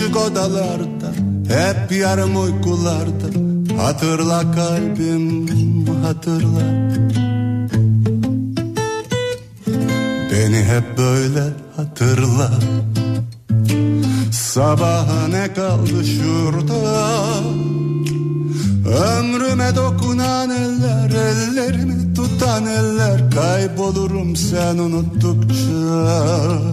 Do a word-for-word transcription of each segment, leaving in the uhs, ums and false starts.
küçük odalarda, hep yarım uykularda. Hatırla kalbim, hatırla. Beni hep böyle hatırla. Sabaha ne kaldı şurada? Ömrüme dokunan eller, ellerimi tutan eller. Kaybolurum sen unuttukça.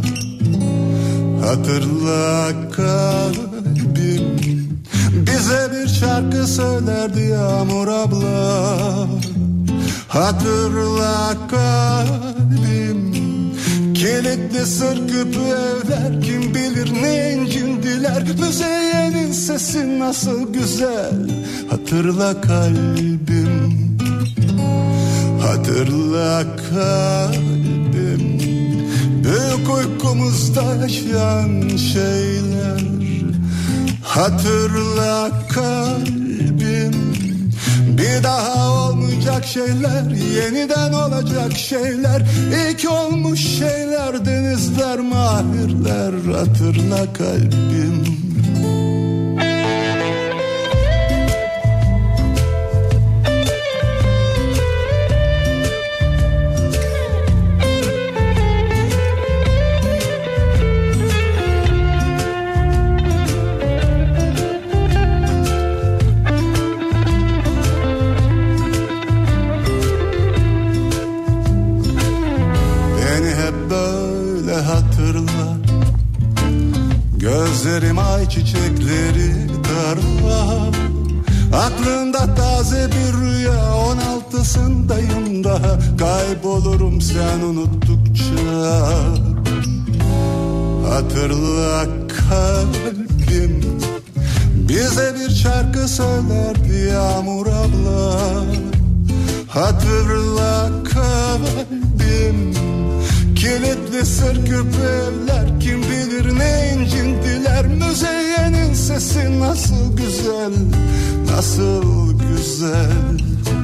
Hatırla kalbim, bize bir şarkı söylerdi Yağmur abla. Hatırla kalbim, kilitli sır küpü evler, kim bilir ne incindiler. Müzeyyenin sesi nasıl güzel. Hatırla kalbim, hatırla kalbim, büyük uykumuzda yaşayan şeyler. Hatırla kalbim, bir daha olmayacak şeyler, yeniden olacak şeyler. İlk olmuş şeyler, denizler, mahirler. Hatırla kalbim. Gözlerim ay çiçekleri tarla. Aklımda taze bir rüya, on altısındayım daha. Kaybolurum sen unuttukça. Hatırla kalbim, bize bir şarkı söylerdi Yağmur abla. Hatırla kalbim, kilitli sır küpü evler, kim bilir ne incindiler. Müzeyyenin sesi nasıl güzel, nasıl güzel.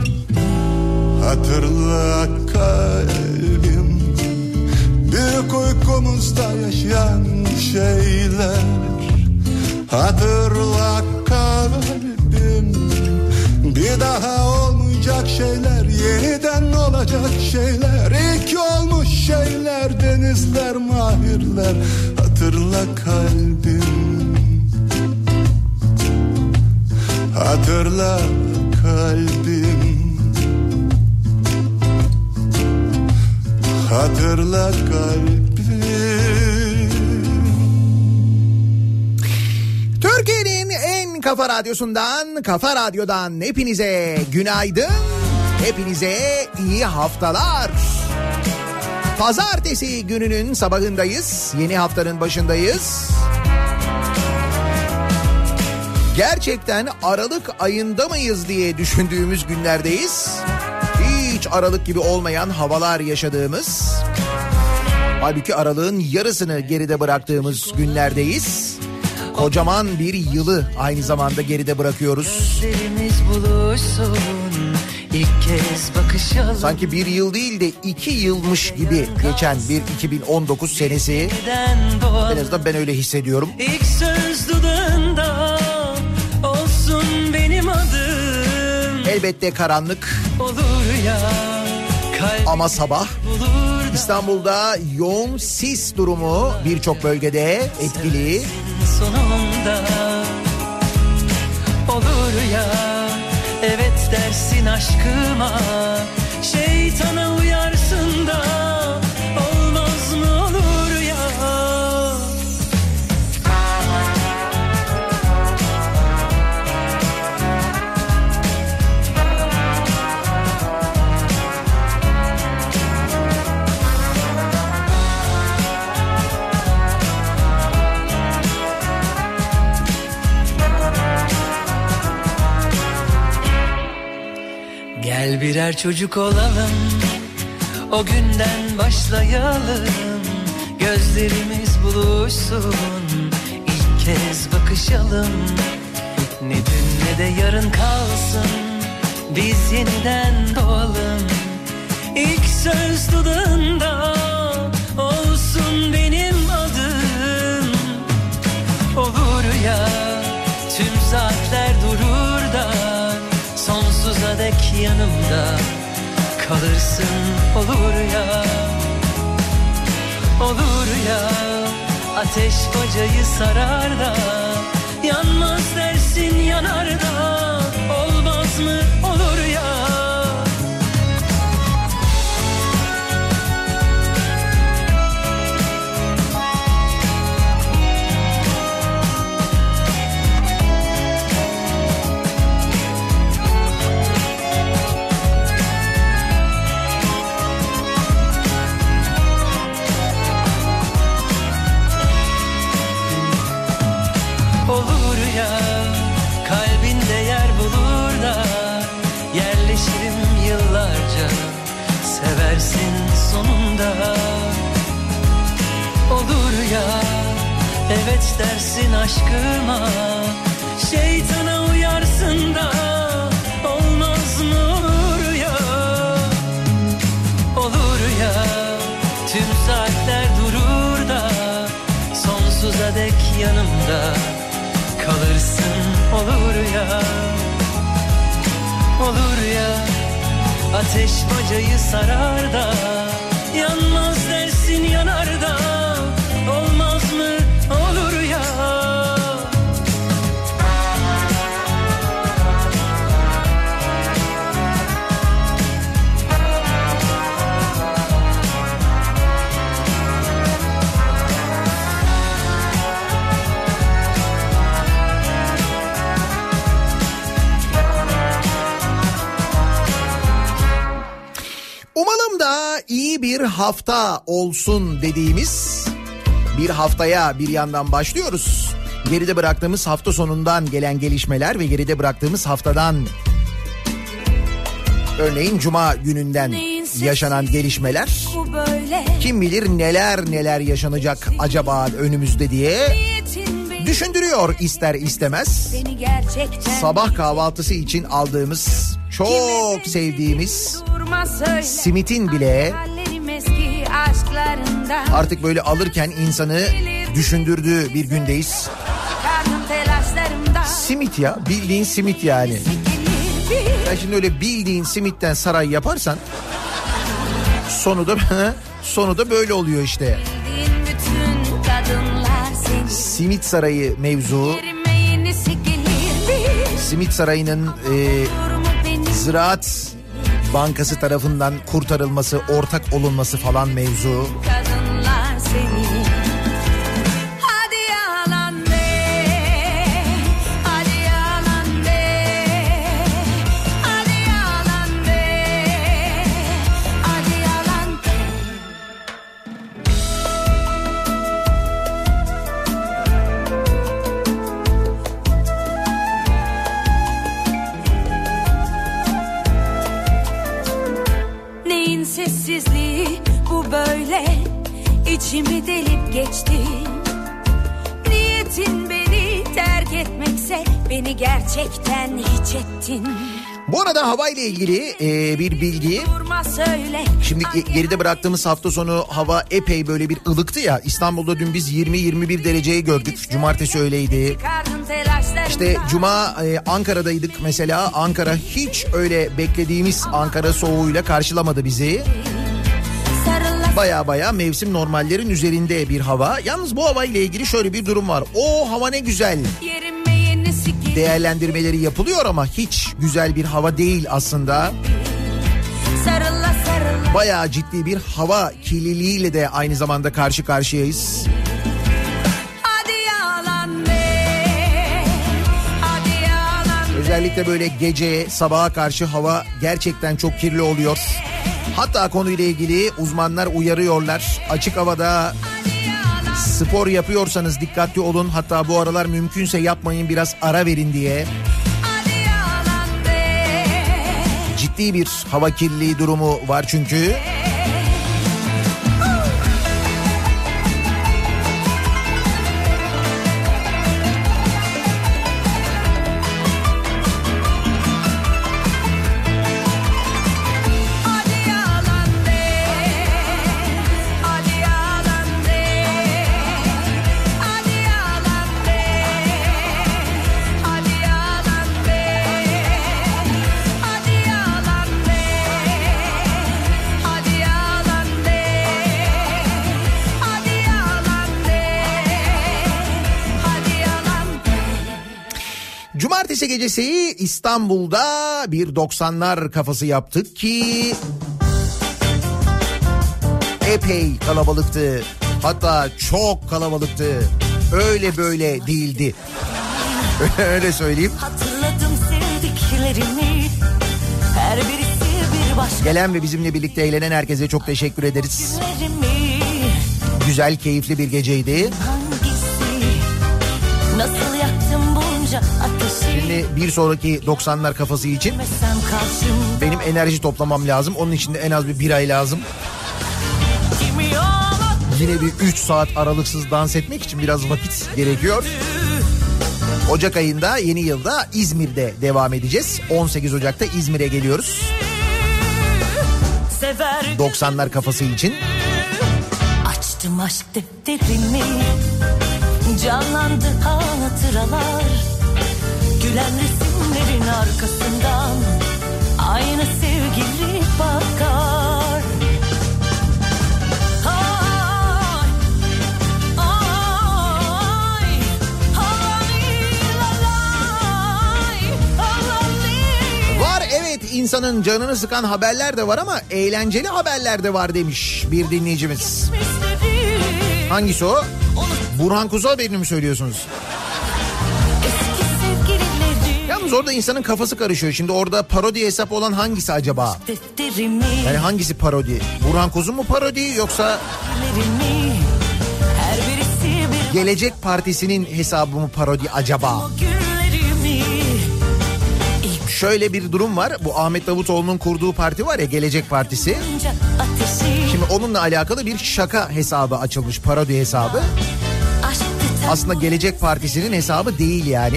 Hatırla kalbim, büyük uykumuzda yaşayan şeyler. Hatırla kalbim, bir daha olmayacak şeyler, yeniden olacak şeyler. İlk olmuş şeyler, denizler, mahirler. Hatırla kalbim, hatırla kalbim, hatırla kalbim. Türkiye'nin en kafa radyosundan, Kafa Radyo'dan hepinize günaydın, hepinize iyi haftalar. Pazartesi gününün sabahındayız, yeni haftanın başındayız. Gerçekten Aralık ayında mıyız diye düşündüğümüz günlerdeyiz. Hiç Aralık gibi olmayan havalar yaşadığımız, halbuki Aralık'ın yarısını geride bıraktığımız günlerdeyiz. Kocaman bir yılı aynı zamanda geride bırakıyoruz. İlk kez bakışalım. Sanki bir yıl değil de iki yılmış gibi geçen bir iki bin on dokuz senesi. En azından ben öyle hissediyorum. İlk söz dudağında olsun benim adım. Elbette karanlık. Olur ya, ama sabah. İstanbul'da yoğun sis durumu birçok bölgede etkili. Sonunda olur ya, evet dersin aşkıma, şeytana uyarsın da olmaz mı olur ya. Gel birer çocuk olalım, o günden başlayalım. Gözlerimiz buluşsun, ilk kez bakışalım. Ne dün ne de yarın kalsın, biz yeniden doğalım. İlk söz dudağında olsun benim adım. Olur ya, kalırsın olur ya, olur ya. Ateş bacayı sarar da yanmaz dersin yanar da, olmaz mı olur ya. Olur ya, kalbinde yer bulur da yerleşirim yıllarca, seversin sonunda. Olur ya, evet dersin aşkıma, şeytana uyarsın da, olmaz mı olur ya. Olur ya, tüm saatler durur da sonsuza dek yanımda kalırsın olur ya, olur ya. Ateş bacayı sarar da yanmaz dersin yanar da, olmaz mı olur ya. Umalım da iyi bir hafta olsun dediğimiz bir haftaya bir yandan başlıyoruz. Geride bıraktığımız hafta sonundan gelen gelişmeler ve geride bıraktığımız haftadan, örneğin Cuma gününden yaşanan gelişmeler, kim bilir neler neler yaşanacak acaba önümüzde diye düşündürüyor ister istemez. Sabah kahvaltısı için aldığımız, çok sevdiğimiz simitin bile artık böyle alırken insanı düşündürdüğü bir gündeyiz. Simit ya, bildiğin simit yani. Sen şimdi öyle bildiğin simitten saray yaparsan sonu da sonu da böyle oluyor işte. Simit sarayı mevzu. Simit sarayının e, Ziraat Bankası tarafından kurtarılması, ortak olunması falan mevzu. Kadınlar seni. Hadi yalan de, hadi yalan de, hadi yalan de, hadi yalan de. Neyin sessizliği bu böyle, içimi delip geçti. Niyetin beni terk etmekse, beni gerçekten hiç ettin. Bu arada havayla ilgili e, bir bilgi. Durma söyle. Şimdi geride bıraktığımız hafta sonu hava epey böyle bir ılıktı ya. İstanbul'da dün biz yirmi yirmi bir dereceyi gördük. Cumartesi öyleydi. İşte Cuma e, Ankara'daydık mesela. Ankara hiç öyle beklediğimiz Ankara soğuğuyla karşılamadı bizi. Baya baya mevsim normallerin üzerinde bir hava. Yalnız bu havayla ilgili şöyle bir durum var. O hava ne güzel değerlendirmeleri yapılıyor ama hiç güzel bir hava değil aslında. Bayağı ciddi bir hava kirliliğiyle de aynı zamanda karşı karşıyayız. Özellikle böyle gece, sabaha karşı hava gerçekten çok kirli oluyor. Hatta konuyla ilgili uzmanlar uyarıyorlar. Açık havada spor yapıyorsanız dikkatli olun. Hatta bu aralar mümkünse yapmayın, biraz ara verin diye. Ciddi bir hava kirliliği durumu var çünkü. Cumartesi gecesi İstanbul'da bir doksanlar kafası yaptık ki epey kalabalıktı. Hatta çok kalabalıktı. Öyle böyle değildi. Öyle söyleyeyim. Hatırladım sevdiklerimi. Her birisi bir başka. Gelen ve bizimle birlikte eğlenen herkese çok teşekkür ederiz. Güzel, keyifli bir geceydi. Hangisi? Nasıl yaktım bunca ateşi? Şimdi bir sonraki doksanlar kafası için benim enerji toplamam lazım. Onun için de en az bir bir ay lazım. Yine bir üç saat aralıksız dans etmek için biraz vakit gerekiyor. Ocak ayında, yeni yılda İzmir'de devam edeceğiz. on sekiz Ocak'ta İzmir'e geliyoruz. doksanlar kafası için. Açtım aşk defterimi. Canlandı hatıralar. Gülen resimlerin arkasından aynı sevgili bakar. Ay, ay, ay, lalay, lalay. Var evet, insanın canını sıkan haberler de var ama eğlenceli haberler de var demiş bir dinleyicimiz. Hangisi o? Burhan Kuzu haberini mi söylüyorsunuz? Yalnız orada insanın kafası karışıyor. Şimdi orada parodi hesap olan hangisi acaba? Yani hangisi parodi? Burhan Kuzu mu parodi yoksa Gelecek Partisi'nin hesabı mı parodi acaba? Şöyle bir durum var. Bu Ahmet Davutoğlu'nun kurduğu parti var ya, Gelecek Partisi. Şimdi onunla alakalı bir şaka hesabı açılmış, parodi hesabı. Aslında Gelecek Partisi'nin hesabı değil yani.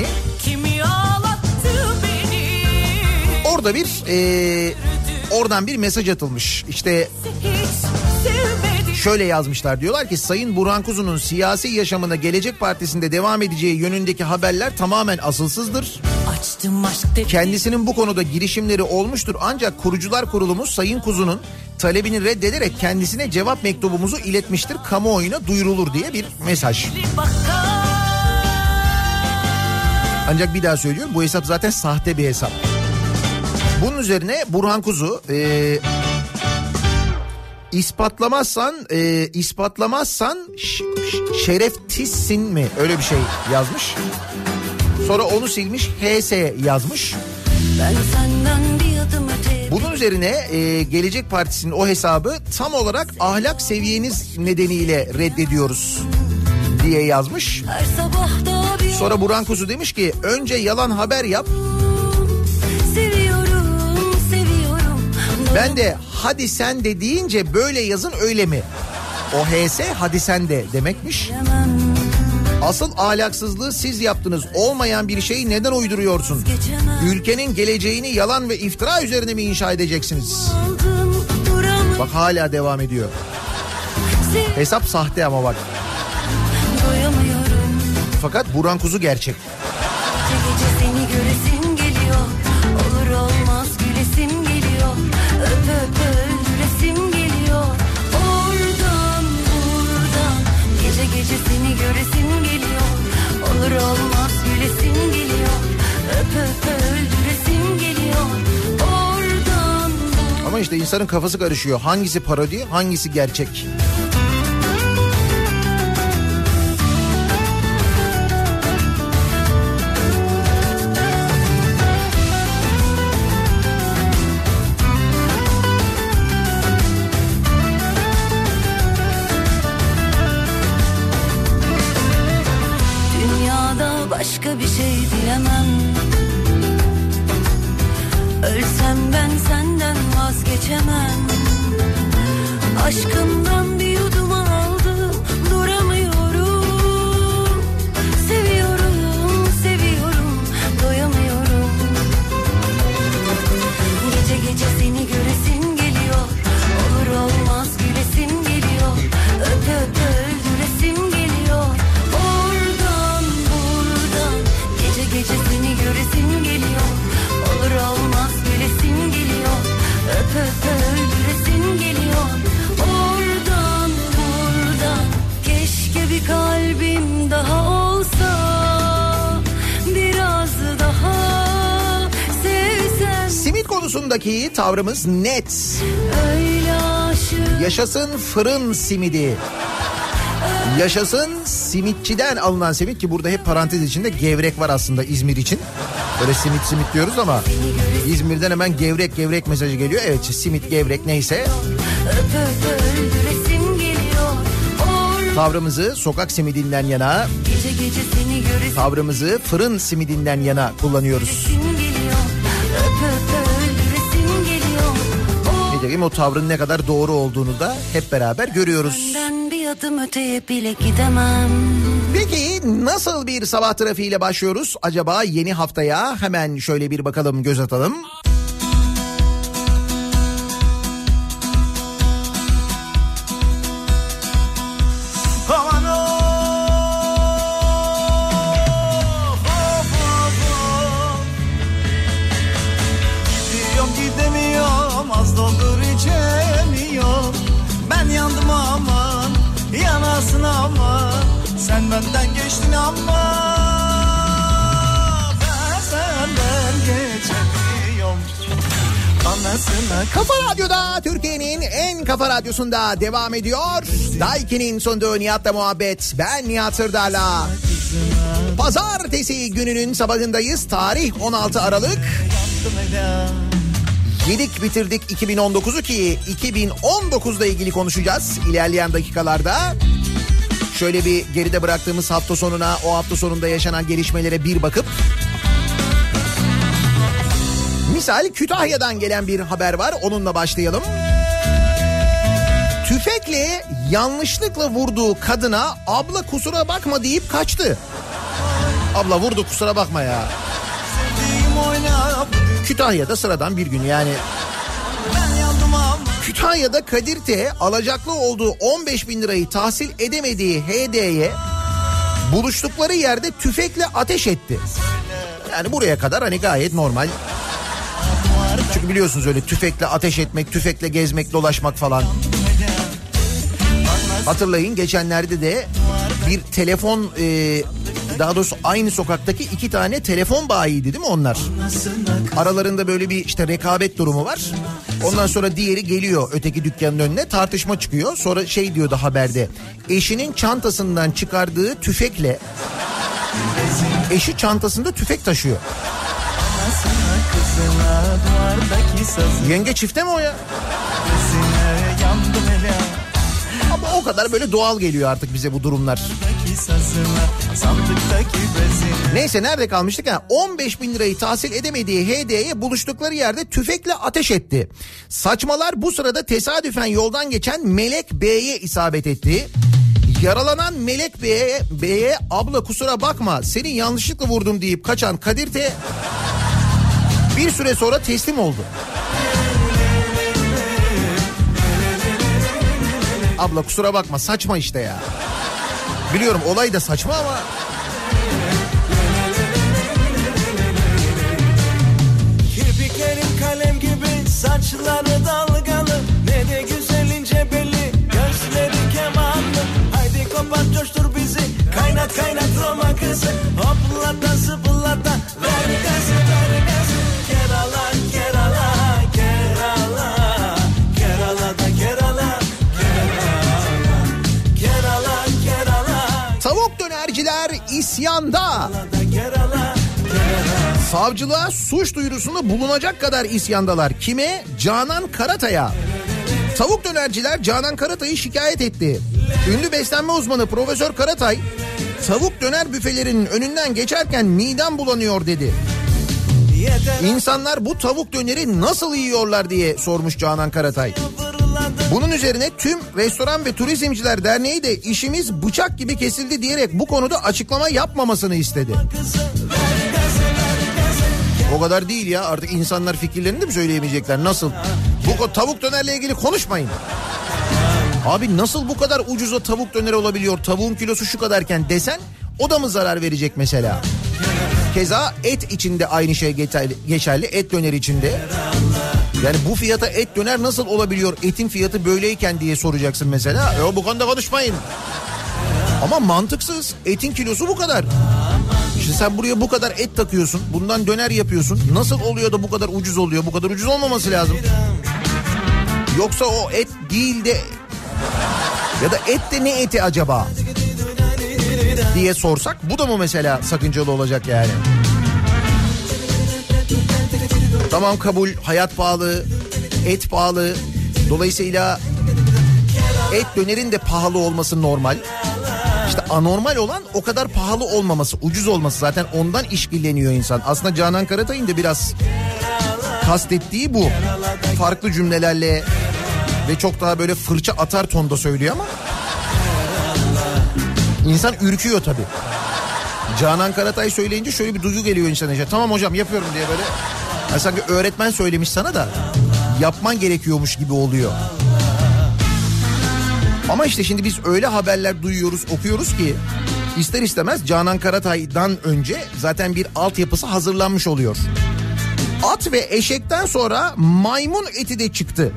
Orada bir e, oradan bir mesaj atılmış. İşte şöyle yazmışlar, diyorlar ki Sayın Burhan Kuzu'nun siyasi yaşamına Gelecek Partisi'nde devam edeceği yönündeki haberler tamamen asılsızdır. Kendisinin bu konuda girişimleri olmuştur ancak kurucular kurulumuz Sayın Kuzu'nun talebini reddederek kendisine cevap mektubumuzu iletmiştir, kamuoyuna duyurulur diye bir mesaj. Ancak bir daha söylüyorum, bu hesap zaten sahte bir hesap. Bunun üzerine Burhan Kuzu e, ispatlamazsan e, ispatlamazsan şerefsizsin mi, öyle bir şey yazmış. Sonra onu silmiş, H S yazmış. Bunun üzerine e, Gelecek Partisi'nin o hesabı tam olarak ahlak seviyeniz nedeniyle reddediyoruz diye yazmış. Sonra Burhan Kuzu demiş ki önce yalan haber yap. Seviyorum, seviyorum. Ben de hadi sen de deyince böyle yazın, öyle mi? O H S hadi sen de demekmiş. Asıl ahlaksızlığı siz yaptınız. Olmayan bir şeyi neden uyduruyorsun? Ülkenin geleceğini yalan ve iftira üzerine mi inşa edeceksiniz? Bak hala devam ediyor. Hesap sahte ama bak. Fakat Burhan Kuzu gerçek. Gece seni göresim geliyor. Olur olmaz gülesim geliyor. Öp öp öldüresim geliyor. Oradan buradan. Gece gece seni göresim geliyor. Olur olmaz gülesim geliyor. Öp öp öldüresim geliyor. Oradan buradan. Ama işte insanın kafası karışıyor. Hangisi parodi, hangisi gerçek? Başka bir şey dilemem. Ölsem ben senden vazgeçemem. Aşkımdan bir yudum aldım, duramıyorum. Seviyorum, seviyorum, doyamıyorum. Gece gece seni göresim geliyor. Olur olmaz gülesim geliyor. Öp öp öldüresim geliyor. Gece seni göresim geliyor. Olur olmaz gülesim geliyor. Öp öp öldüresim geliyor. Oradan konusundaki tavrımız net. Öyle aşık. Yaşasın fırın simidi. Yaşasın simitçiden alınan simit, ki burada hep parantez içinde gevrek var aslında İzmir için. Böyle simit simit diyoruz ama İzmir'den hemen gevrek gevrek mesajı geliyor. Evet, simit gevrek neyse. Öp öp öldüresim geliyor. Or- Tavrımızı sokak simidinden yana, Gece gece seni göresim tavrımızı fırın simidinden yana kullanıyoruz. geliyor. Öp öp öldüresim geliyor. Or- Nitekim o tavrın ne kadar doğru olduğunu da hep beraber görüyoruz. Senden bir adım öteye bile gidemem. Peki nasıl bir sabah trafiğiyle başlıyoruz acaba yeni haftaya? Hemen şöyle bir bakalım, göz atalım. Aman of, of, of, of. Gidiyorum gidemiyorum, az doldur içemiyorum. Ben yandım aman, yanasın ama. Sen benden geçtin ama ben senden geçemiyorum. Anasına Kafa Radyo'da, Türkiye'nin en kafa radyosunda devam ediyor. Daiki'nin sunduğu Nihat'la muhabbet. Ben Nihat Sırdar'la. Pazartesi gününün sabahındayız. Tarih on altı Aralık. Yedik bitirdik iki bin on dokuzu, ki iki bin on dokuzla ilgili konuşacağız ilerleyen dakikalarda. Şöyle bir geride bıraktığımız hafta sonuna, o hafta sonunda yaşanan gelişmelere bir bakıp... Misal Kütahya'dan gelen bir haber var, onunla başlayalım. Tüfekle yanlışlıkla vurduğu kadına abla kusura bakma deyip kaçtı. Abla vurdu kusura bakma ya. Kütahya'da sıradan bir gün yani. Kütahya'da Kadir T. alacaklı olduğu on beş bin lirayı tahsil edemediği H D'ye buluştukları yerde tüfekle ateş etti. Yani buraya kadar hani gayet normal. Çünkü biliyorsunuz öyle tüfekle ateş etmek, tüfekle gezmek, dolaşmak falan. Hatırlayın, geçenlerde de bir telefon, e, daha doğrusu aynı sokaktaki iki tane telefon bayiydi değil mi onlar? Aralarında böyle bir işte rekabet durumu var. Ondan sonra diğeri geliyor öteki dükkanın önüne, tartışma çıkıyor. Sonra şey diyordu haberde, eşinin çantasından çıkardığı tüfekle, eşi çantasında tüfek taşıyor. Yenge çifte mi o ya? Ama o kadar böyle doğal geliyor artık bize bu durumlar. Neyse, nerede kalmıştık? Ha, on beş bin lirayı tahsil edemediği H D'ye buluştukları yerde tüfekle ateş etti. Saçmalar bu sırada tesadüfen yoldan geçen Melek B'ye isabet etti. Yaralanan Melek B'ye, B'ye abla kusura bakma seni yanlışlıkla vurdum deyip kaçan Kadir T. bir süre sonra teslim oldu. Abla kusura bakma, saçma işte ya. Biliyorum olay da saçma ama... Kirpiklerin kalem gibi, saçları dalgalı, ne de güzel ince belli, gözleri kemanlı. Haydi kopat coştur bizi, kaynat kaynat Roma kızı, hoplata zıplata, ver gazı ver gazı. Kerala Kerala Kerala, Kerala da Kerala Kerala, Kerala Kerala. Tavuk dönerciler isyanda. Savcılığa suç duyurusunda bulunacak kadar isyandalar. Kime? Canan Karatay'a. Tavuk dönerciler Canan Karatay'ı şikayet etti. Ünlü beslenme uzmanı Profesör Karatay, tavuk döner büfelerinin önünden geçerken midem bulanıyor dedi. İnsanlar bu tavuk döneri nasıl yiyorlar diye sormuş Canan Karatay. Bunun üzerine tüm Restoran ve Turizmciler Derneği de işimiz bıçak gibi kesildi diyerek bu konuda açıklama yapmamasını istedi. O kadar değil ya, artık insanlar fikirlerini de mi söyleyemeyecekler? Nasıl? Bu tavuk dönerle ilgili konuşmayın. Abi nasıl bu kadar ucuza tavuk döner olabiliyor? Tavuğun kilosu şu kadarken desen o da mı zarar verecek mesela? Keza et içinde aynı şey geçerli. Et döner içinde. Yani bu fiyata et döner nasıl olabiliyor? Etin fiyatı böyleyken diye soracaksın mesela. E, bu konuda konuşmayın. Ama mantıksız. Etin kilosu bu kadar. İşte sen buraya bu kadar et takıyorsun, bundan döner yapıyorsun. Nasıl oluyor da bu kadar ucuz oluyor? Bu kadar ucuz olmaması lazım. Yoksa o et değil de ya da et de ne eti acaba diye sorsak bu da mı mesela sakıncalı olacak yani? Tamam, kabul, hayat pahalı, et pahalı. Dolayısıyla et dönerin de pahalı olması normal. İşte anormal olan o kadar pahalı olmaması, ucuz olması, zaten ondan işkilleniyor insan. Aslında Canan Karatay'ın da biraz kastettiği bu. Farklı cümlelerle ve çok daha böyle fırça atar tonda söylüyor ama insan ürküyor tabii. Canan Karatay söyleyince şöyle bir duygu geliyor insana. İşte, tamam hocam yapıyorum diye böyle. Yani sanki öğretmen söylemiş sana da yapman gerekiyormuş gibi oluyor. Ama işte şimdi biz öyle haberler duyuyoruz, okuyoruz ki ister istemez Canan Karatay'dan önce zaten bir altyapısı hazırlanmış oluyor. At ve eşekten sonra maymun eti de çıktı.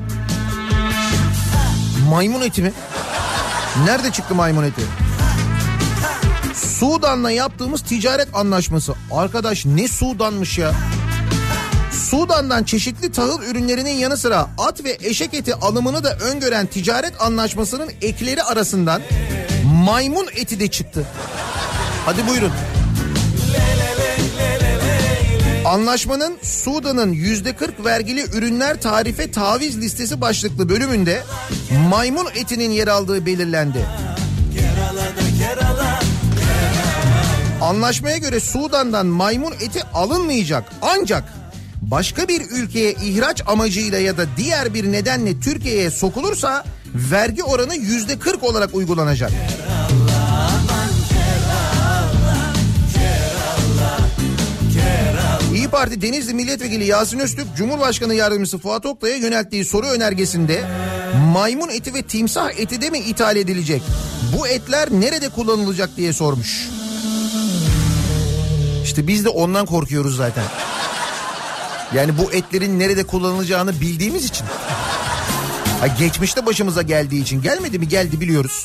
Maymun eti mi? Nerede çıktı maymun eti? Sudan'la yaptığımız ticaret anlaşması. Arkadaş ne Sudan'mış ya? Sudan'dan çeşitli tahıl ürünlerinin yanı sıra at ve eşek eti alımını da öngören ticaret anlaşmasının ekleri arasından maymun eti de çıktı. Hadi buyurun. Anlaşmanın Sudan'ın yüzde kırk vergili ürünler tarife taviz listesi başlıklı bölümünde maymun etinin yer aldığı belirlendi. Anlaşmaya göre Sudan'dan maymun eti alınmayacak, ancak başka bir ülkeye ihraç amacıyla ya da diğer bir nedenle Türkiye'ye sokulursa vergi oranı yüzde kırk olarak uygulanacak. İYİ Parti Denizli Milletvekili Yasin Öztürk, Cumhurbaşkanı Yardımcısı Fuat Oktay'a yönelttiği soru önergesinde maymun eti ve timsah eti de mi ithal edilecek? Bu etler nerede kullanılacak diye sormuş. İşte biz de ondan korkuyoruz zaten. Yani bu etlerin nerede kullanılacağını bildiğimiz için. Ha, geçmişte başımıza geldiği için. Gelmedi mi? Geldi, biliyoruz.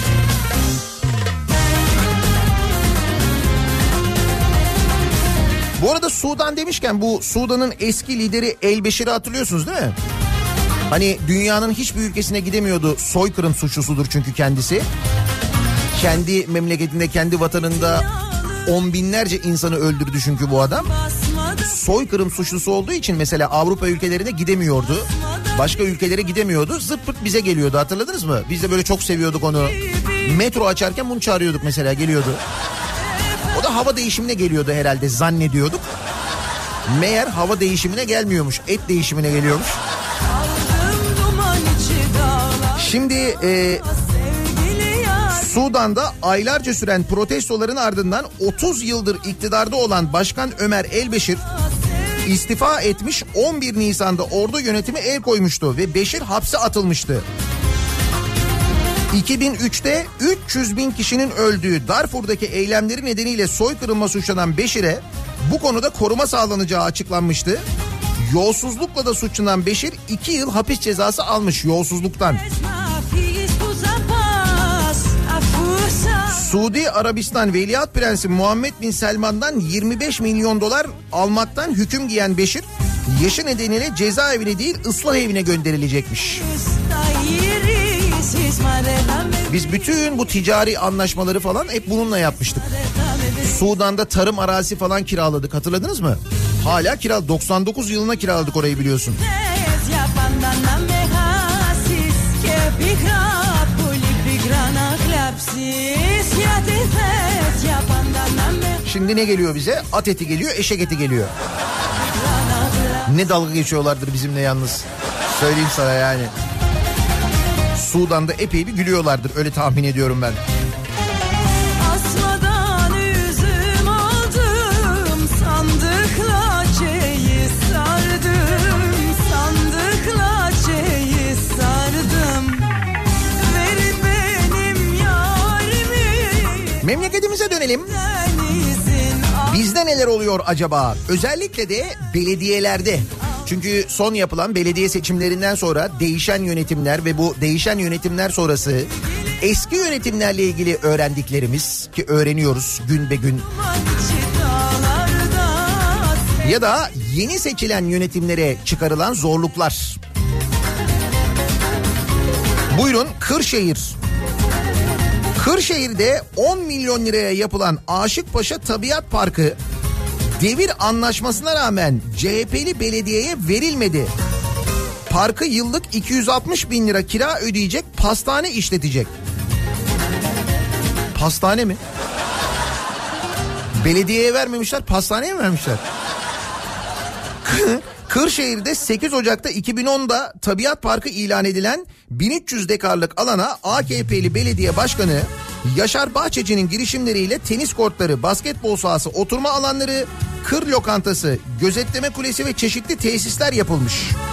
Bu arada Sudan demişken, bu Sudan'ın eski lideri El-Beşir'i hatırlıyorsunuz değil mi? Hani dünyanın hiçbir ülkesine gidemiyordu. Soykırım suçlusudur çünkü kendisi. Kendi memleketinde, kendi vatanında on binlerce insanı öldürdü çünkü bu adam. Soykırım suçlusu olduğu için mesela Avrupa ülkelerine gidemiyordu. Başka ülkelere gidemiyordu. Zırt pırt bize geliyordu, hatırladınız mı? Biz de böyle çok seviyorduk onu. Metro açarken bunu çağırıyorduk mesela, geliyordu. O da hava değişimine geliyordu herhalde zannediyorduk. Meğer hava değişimine gelmiyormuş. Et değişimine geliyormuş. Şimdi e, Sudan'da aylarca süren protestoların ardından otuz yıldır iktidarda olan Başkan Ömer El-Beşir istifa etmiş, on bir Nisan'da ordu yönetimi el koymuştu ve Beşir hapse atılmıştı. iki bin üçte üç yüz bin kişinin öldüğü Darfur'daki eylemleri nedeniyle soykırımla suçlanan Beşir'e bu konuda koruma sağlanacağı açıklanmıştı. Yolsuzlukla da suçlanan Beşir iki yıl hapis cezası almış yolsuzluktan. Suudi Arabistan Veliaht Prensi Muhammed Bin Selman'dan yirmi beş milyon dolar almaktan hüküm giyen Beşir, yaşı nedeniyle cezaevine değil ıslah evine gönderilecekmiş. Biz bütün bu ticari anlaşmaları falan hep bununla yapmıştık. Sudan'da tarım arazisi falan kiraladık, hatırladınız mı? Hala kiral, doksan dokuz yılına kiraladık orayı, biliyorsun. Şimdi ne geliyor bize? At eti geliyor, eşek eti geliyor. Ne dalga geçiyorlardır bizimle yalnız. Söyleyeyim sana yani. Sudan'da epey bir gülüyorlardır, öyle tahmin ediyorum ben. Asmadan üzüm aldım, sandıkla ceyiz sardım, sandıkla ceyiz sardım. Ver benim yarimi. Memleketimize dönelim. Bizde neler oluyor acaba? Özellikle de belediyelerde. Çünkü son yapılan belediye seçimlerinden sonra değişen yönetimler ve bu değişen yönetimler sonrası eski yönetimlerle ilgili öğrendiklerimiz, ki öğreniyoruz gün be gün. Ya da yeni seçilen yönetimlere çıkarılan zorluklar. Buyurun Kırşehir. Kırşehir'de on milyon liraya yapılan Aşıkpaşa Tabiat Parkı devir anlaşmasına rağmen C H P'li belediyeye verilmedi. Parkı yıllık iki yüz altmış bin lira kira ödeyecek, pastane işletecek. Pastane mi? Belediyeye vermemişler, pastaneye mi vermişler? Kırşehir'de sekiz Ocak'ta iki bin onda Tabiat Parkı ilan edilen bin üç yüz dekarlık alana A K P'li belediye başkanı Yaşar Bahçeci'nin girişimleriyle tenis kortları, basketbol sahası, oturma alanları, kır lokantası, gözetleme kulesi ve çeşitli tesisler yapılmış.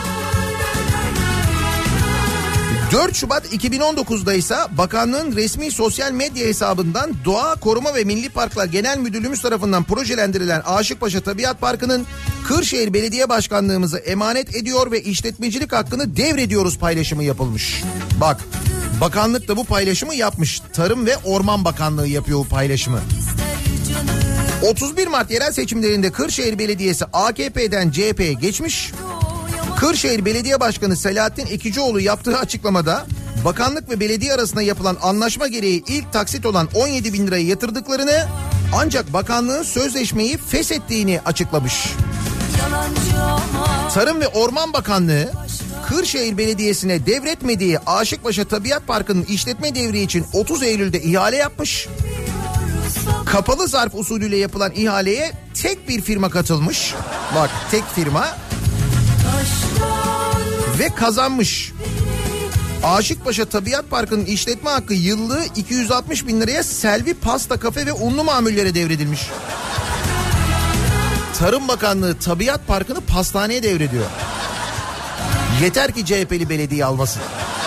dört Şubat iki bin on dokuzda ise bakanlığın resmi sosyal medya hesabından Doğa Koruma ve Milli Parklar Genel Müdürlüğümüz tarafından projelendirilen Aşıkpaşa Tabiat Parkı'nın Kırşehir Belediye Başkanlığımıza emanet ediyor ve işletmecilik hakkını devrediyoruz paylaşımı yapılmış. Bak, bakanlık da bu paylaşımı yapmış. Tarım ve Orman Bakanlığı yapıyor bu paylaşımı. otuz bir Mart yerel seçimlerinde Kırşehir Belediyesi A K P'den C H P'ye geçmiş. Kırşehir Belediye Başkanı Selahattin Ekicioğlu yaptığı açıklamada bakanlık ve belediye arasında yapılan anlaşma gereği ilk taksit olan on yedi bin lirayı yatırdıklarını, ancak bakanlığın sözleşmeyi feshettiğini açıklamış. Tarım ve Orman Bakanlığı Kırşehir Belediyesi'ne devretmediği Aşıkpaşa Tabiat Parkı'nın işletme devri için otuz Eylül'de ihale yapmış. Kapalı zarf usulüyle yapılan ihaleye tek bir firma katılmış. Bak, tek firma. Ve kazanmış. Aşıkpaşa Tabiat Parkı'nın işletme hakkı yıllığı iki yüz altmış bin liraya Selvi Pasta Kafe ve unlu mamullere devredilmiş. Tarım Bakanlığı Tabiat Parkı'nı pastaneye devrediyor. Yeter ki C H P'li belediye almasın.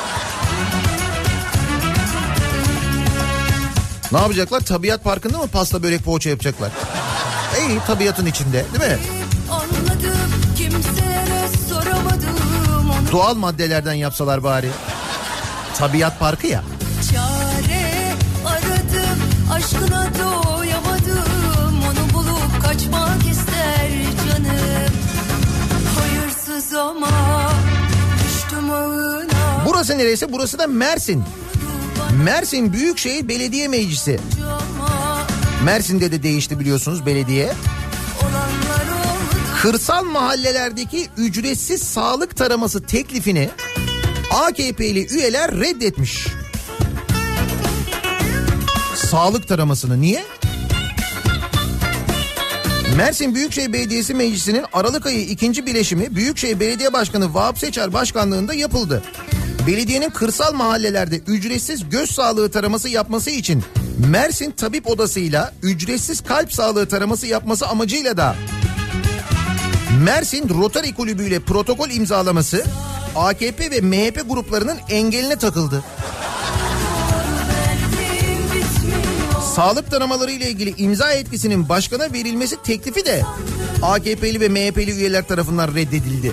Ne yapacaklar? Tabiat Parkı'nda mı pasta, börek, poğaça yapacaklar? İyi, tabiatın içinde, değil mi? Anladım, kimseye soramadım. Doğal maddelerden yapsalar bari. Tabiat Parkı ya. Çare aradım, aşkına doyamadım. Onu bulup kaçmak ister canım. Hayırsız ama düştüm ağına. Burası neresi? Burası da Mersin. Mersin Büyükşehir Belediye Meclisi. Mersin'de de değişti biliyorsunuz belediye. Kırsal mahallelerdeki ücretsiz sağlık taraması teklifini A K P'li üyeler reddetmiş. Sağlık taramasını niye? Mersin Büyükşehir Belediyesi Meclisi'nin Aralık ayı ikinci bileşimi Büyükşehir Belediye Başkanı Vahap Seçer Başkanlığında yapıldı. Belediyenin kırsal mahallelerde ücretsiz göz sağlığı taraması yapması için Mersin Tabip Odası'yla ücretsiz kalp sağlığı taraması yapması amacıyla da Mersin Rotary Kulübü ile protokol imzalaması A K P ve M H P gruplarının engeline takıldı. Sağlık taramaları ile ilgili imza etkisinin başkana verilmesi teklifi de A K P'li ve M H P'li üyeler tarafından reddedildi.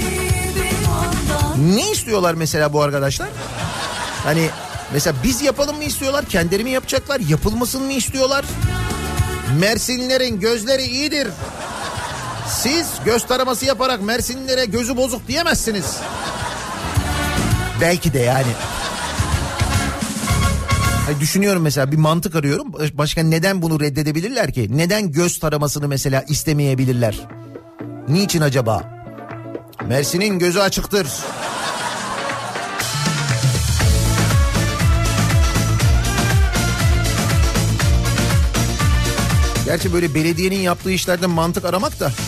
Ne istiyorlar mesela bu arkadaşlar? Hani mesela biz yapalım mı istiyorlar? Kendileri mi yapacaklar? Yapılmasını mı istiyorlar? Mersinlilerin gözleri iyidir. Siz göz taraması yaparak Mersinlilere gözü bozuk diyemezsiniz. Belki de yani. Hani düşünüyorum mesela, bir mantık arıyorum. Başka neden bunu reddedebilirler ki? Neden göz taramasını mesela istemeyebilirler? Niçin acaba? Mersin'in gözü açıktır. Gerçi böyle belediyenin yaptığı işlerde mantık aramak da,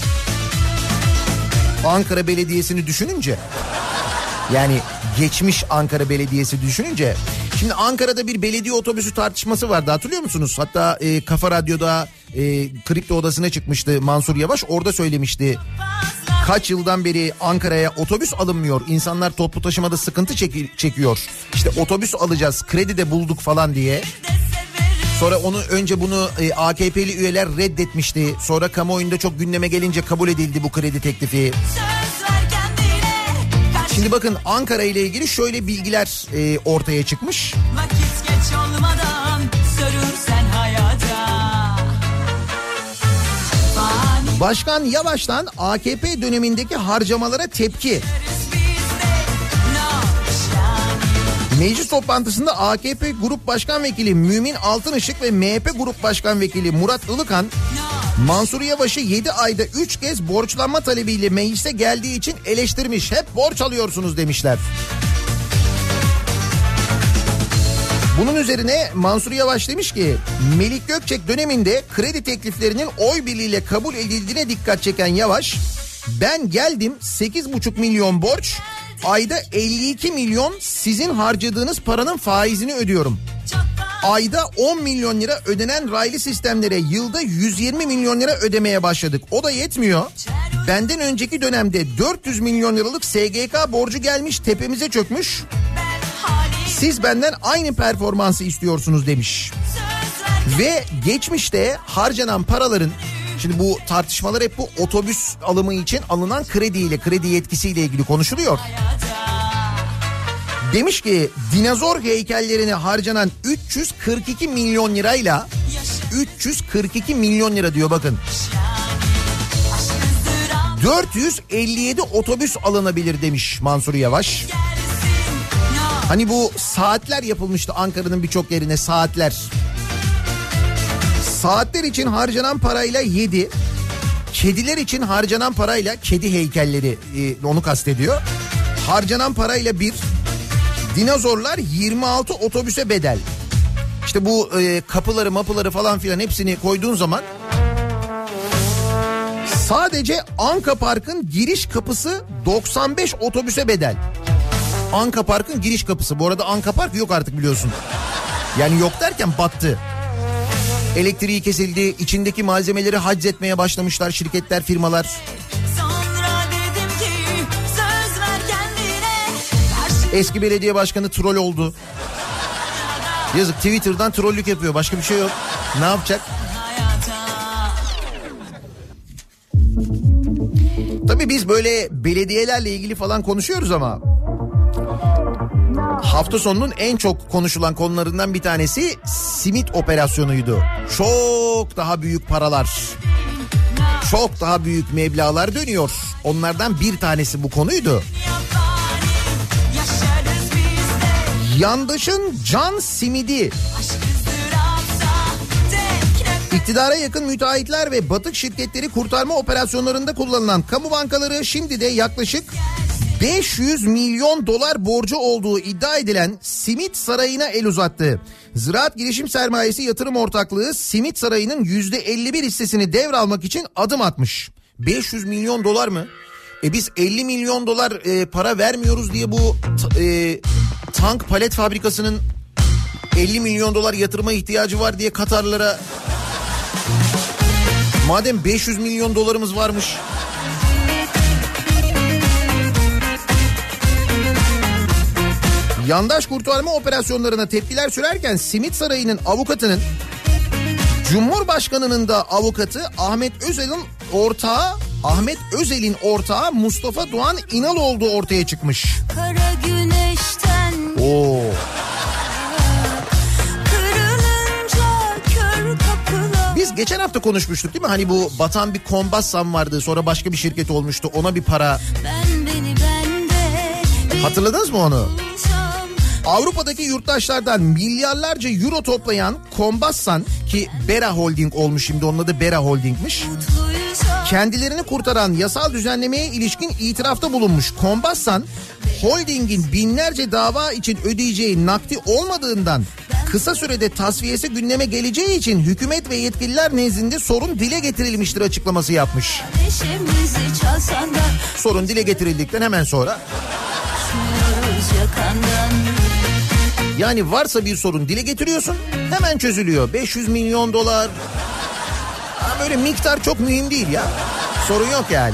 Ankara Belediyesi'ni düşününce, yani geçmiş Ankara Belediyesi düşününce, şimdi Ankara'da bir belediye otobüsü tartışması vardı, hatırlıyor musunuz? Hatta e, Kafa Radyo'da e, Kripto Odası'na çıkmıştı Mansur Yavaş, orada söylemişti. Kaç yıldan beri Ankara'ya otobüs alınmıyor, insanlar toplu taşımada sıkıntı çek- çekiyor. İşte otobüs alacağız, kredi de bulduk falan diye. Sonra onu önce bunu e, A K P'li üyeler reddetmişti. Sonra kamuoyunda çok gündeme gelince kabul edildi bu kredi teklifi. Şimdi bakın Ankara ile ilgili şöyle bilgiler e, ortaya çıkmış. Vakit geç olmadan sürürsen hayata. Fani Başkan Yavaş'tan A K P dönemindeki harcamalara tepki. Meclis toplantısında A K P Grup Başkan Vekili Mümin Altınışık ve M H P Grup Başkan Vekili Murat Ilıkan, Mansur Yavaş'ı yedi ayda üç kez borçlanma talebiyle meclise geldiği için eleştirmiş. Hep borç alıyorsunuz demişler. Bunun üzerine Mansur Yavaş demiş ki Melik Gökçek döneminde kredi tekliflerinin oy birliğiyle kabul edildiğine dikkat çeken Yavaş, ben geldim sekiz buçuk milyon borç, ayda elli iki milyon sizin harcadığınız paranın faizini ödüyorum. Ayda on milyon lira ödenen raylı sistemlere yılda yüz yirmi milyon lira ödemeye başladık. O da yetmiyor. Benden önceki dönemde dört yüz milyon liralık S G K borcu gelmiş, tepemize çökmüş. Siz benden aynı performansı istiyorsunuz demiş. Ve geçmişte harcanan paraların, şimdi bu tartışmalar hep bu otobüs alımı için alınan krediyle, kredi yetkisiyle ilgili konuşuluyor. Demiş ki dinozor heykellerine harcanan üç yüz kırk iki milyon lirayla üç yüz kırk iki milyon lira diyor bakın. dört yüz elli yedi otobüs alınabilir demiş Mansur Yavaş. Hani bu saatler yapılmıştı Ankara'nın birçok yerine, saatler. Saatler için harcanan parayla yedi, kediler için harcanan parayla, kedi heykelleri e, onu kastediyor. Harcanan parayla bir, dinozorlar yirmi altı otobüse bedel. İşte bu e, kapıları mapıları falan filan hepsini koyduğun zaman sadece Anka Park'ın giriş kapısı doksan beş otobüse bedel. Anka Park'ın giriş kapısı. Bu arada Anka Park yok artık biliyorsun. Yani yok derken battı. Elektriği kesildi. İçindeki malzemeleri haczetmeye başlamışlar şirketler, firmalar. Eski belediye başkanı troll oldu. Yazık, Twitter'dan trollük yapıyor. Başka bir şey yok. Ne yapacak? Tabii biz böyle belediyelerle ilgili falan konuşuyoruz ama hafta sonunun en çok konuşulan konularından bir tanesi simit operasyonuydu. Çok daha büyük paralar, çok daha büyük meblağlar dönüyor. Onlardan bir tanesi bu konuydu. Yandaşın can simidi. İktidara yakın müteahhitler ve batık şirketleri kurtarma operasyonlarında kullanılan kamu bankaları şimdi de yaklaşık beş yüz milyon dolar borcu olduğu iddia edilen Simit Sarayı'na el uzattı. Ziraat Girişim Sermayesi Yatırım Ortaklığı Simit Sarayı'nın yüzde elli bir hissesini devralmak için adım atmış. beş yüz milyon dolar mı? E biz elli milyon dolar e, para vermiyoruz diye bu e, tank palet fabrikasının elli milyon dolar yatırıma ihtiyacı var diye Katarlara, madem beş yüz milyon dolarımız varmış. Yandaş kurtarma operasyonlarına tepkiler sürerken Simit Sarayı'nın avukatının, Cumhurbaşkanı'nın da avukatı Ahmet Özel'in ortağı Ahmet Özel'in ortağı Mustafa Doğan İnal olduğu ortaya çıkmış. Kara güneşten Oo. Biz geçen hafta konuşmuştuk değil mi? Hani bu batan bir Kombassan vardı, sonra başka bir şirket olmuştu, ona bir para. Ben beni bende, hatırladınız mı onu? Avrupa'daki yurttaşlardan milyarlarca euro toplayan Kombassan, ki Bera Holding olmuş şimdi, onun adı Bera Holding'miş. Kendilerini kurtaran yasal düzenlemeye ilişkin itirafta bulunmuş. Kombassan, holdingin binlerce dava için ödeyeceği nakdi olmadığından kısa sürede tasfiyesi gündeme geleceği için hükümet ve yetkililer nezdinde sorun dile getirilmiştir açıklaması yapmış. Sorun dile getirildikten hemen sonra, yani varsa bir sorun dile getiriyorsun, hemen çözülüyor. beş yüz milyon dolar, böyle miktar çok mühim değil ya, sorun yok yani.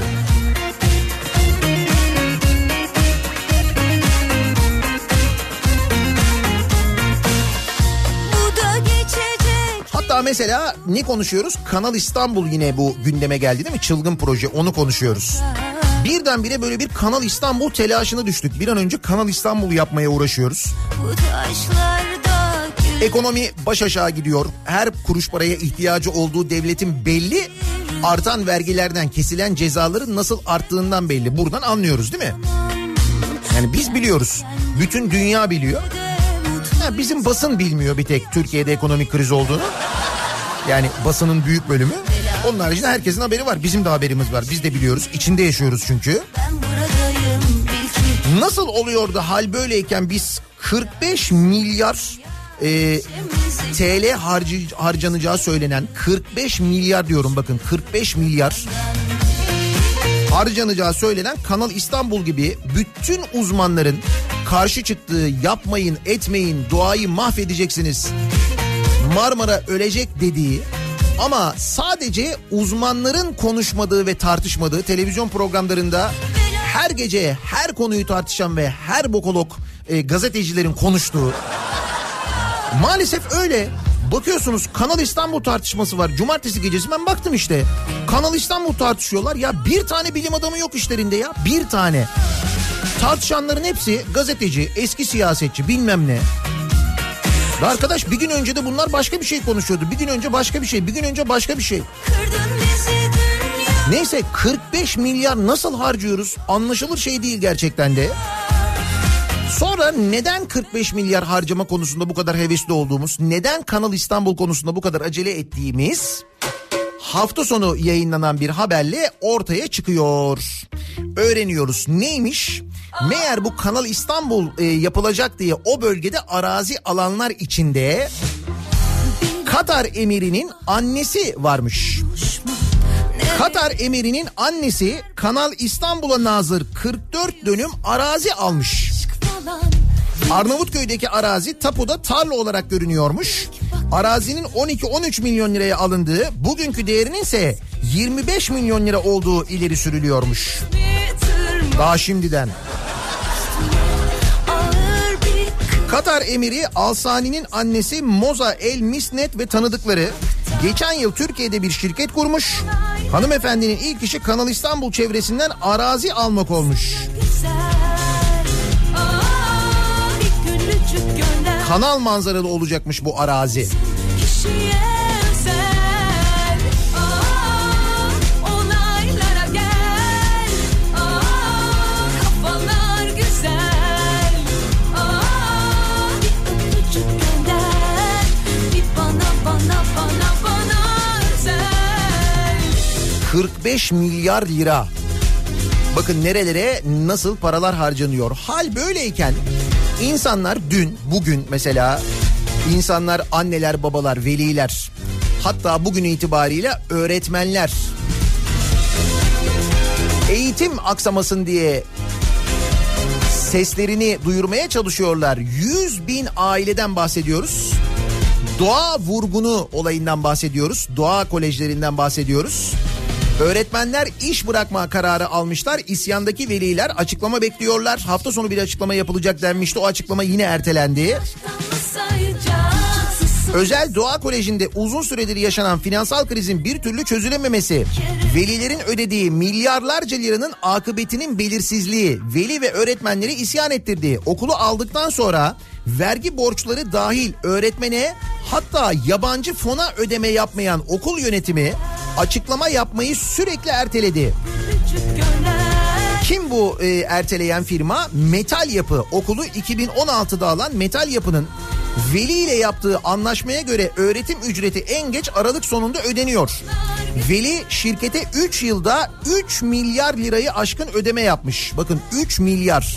Hatta mesela ne konuşuyoruz? Kanal İstanbul yine bu gündeme geldi değil mi? Çılgın proje, onu konuşuyoruz. Birdenbire böyle bir Kanal İstanbul telaşına düştük. Bir an önce Kanal İstanbul yapmaya uğraşıyoruz. Ekonomi baş aşağı gidiyor. Her kuruş paraya ihtiyacı olduğu devletin belli. artan vergilerden kesilen cezaların nasıl arttığından belli. Buradan anlıyoruz değil mi? Yani biz biliyoruz. Bütün dünya biliyor. Ha, bizim basın bilmiyor bir tek Türkiye'de ekonomik kriz olduğunu. Yani basının büyük bölümü. Onun haricinde herkesin haberi var. Bizim de haberimiz var. Biz de biliyoruz. İçinde yaşıyoruz çünkü. Nasıl oluyor da hal böyleyken biz kırk beş milyar e, T L harcı, harcanacağı söylenen kırk beş milyar diyorum bakın kırk beş milyar harcanacağı söylenen Kanal İstanbul gibi bütün uzmanların karşı çıktığı, yapmayın etmeyin, doğayı mahvedeceksiniz, Marmara ölecek dediği ama sadece uzmanların konuşmadığı ve tartışmadığı televizyon programlarında her gece her konuyu tartışan ve her bokolog e, gazetecilerin konuştuğu, maalesef öyle. Bakıyorsunuz Kanal İstanbul tartışması var. Cumartesi gecesi ben baktım işte. Kanal İstanbul tartışıyorlar. Ya bir tane bilim adamı yok işlerinde ya. Bir tane. Tartışanların hepsi gazeteci, eski siyasetçi, bilmem ne. Ve arkadaş bir gün önce de bunlar başka bir şey konuşuyordu. Bir gün önce başka bir şey, bir gün önce başka bir şey. Neyse kırk beş milyar nasıl harcıyoruz? Anlaşılır şey değil gerçekten de. Sonra neden kırk beş milyar harcama konusunda bu kadar hevesli olduğumuz, neden Kanal İstanbul konusunda bu kadar acele ettiğimiz hafta sonu yayınlanan bir haberle ortaya çıkıyor. Öğreniyoruz neymiş? Meğer bu Kanal İstanbul e, yapılacak diye o bölgede arazi alanlar içinde Katar emirinin annesi varmış. Katar emirinin annesi Kanal İstanbul'a nazır kırk dört dönüm arazi almış. Arnavutköy'deki arazi tapuda tarla olarak görünüyormuş. Arazinin on iki on üç milyon liraya alındığı, bugünkü değerinin ise yirmi beş milyon lira olduğu ileri sürülüyormuş. Daha şimdiden. Katar emiri Alsani'nin annesi Moza El Misnet ve tanıdıkları geçen yıl Türkiye'de bir şirket kurmuş. Hanımefendinin ilk işi Kanal İstanbul çevresinden arazi almak olmuş. Kanal manzaralı olacakmış bu arazi. kırk beş milyar lira. Bakın nerelere nasıl paralar harcanıyor. Hal böyleyken insanlar dün, bugün mesela insanlar, anneler, babalar, veliler, hatta bugün itibariyle öğretmenler eğitim aksamasın diye seslerini duyurmaya çalışıyorlar. yüz bin aileden bahsediyoruz. Doğa vurgunu olayından bahsediyoruz. Doğa kolejlerinden bahsediyoruz. Öğretmenler iş bırakma kararı almışlar. İsyandaki veliler açıklama bekliyorlar. Hafta sonu bir açıklama yapılacak denmişti. O açıklama yine ertelendi. Özel Doğa Koleji'nde uzun süredir yaşanan finansal krizin bir türlü çözülememesi, velilerin ödediği milyarlarca liranın akıbetinin belirsizliği veli ve öğretmenleri isyan ettirdi. Okulu aldıktan sonra vergi borçları dahil öğretmene, hatta yabancı fona ödeme yapmayan okul yönetimi açıklama yapmayı sürekli erteledi. Kim bu e, erteleyen firma? Metal Yapı. Okulu iki bin on altıda alan Metal Yapı'nın veli ile yaptığı anlaşmaya göre öğretim ücreti en geç Aralık sonunda ödeniyor. Veli şirkete üç yılda üç milyar lirayı aşkın ödeme yapmış. Bakın üç milyar.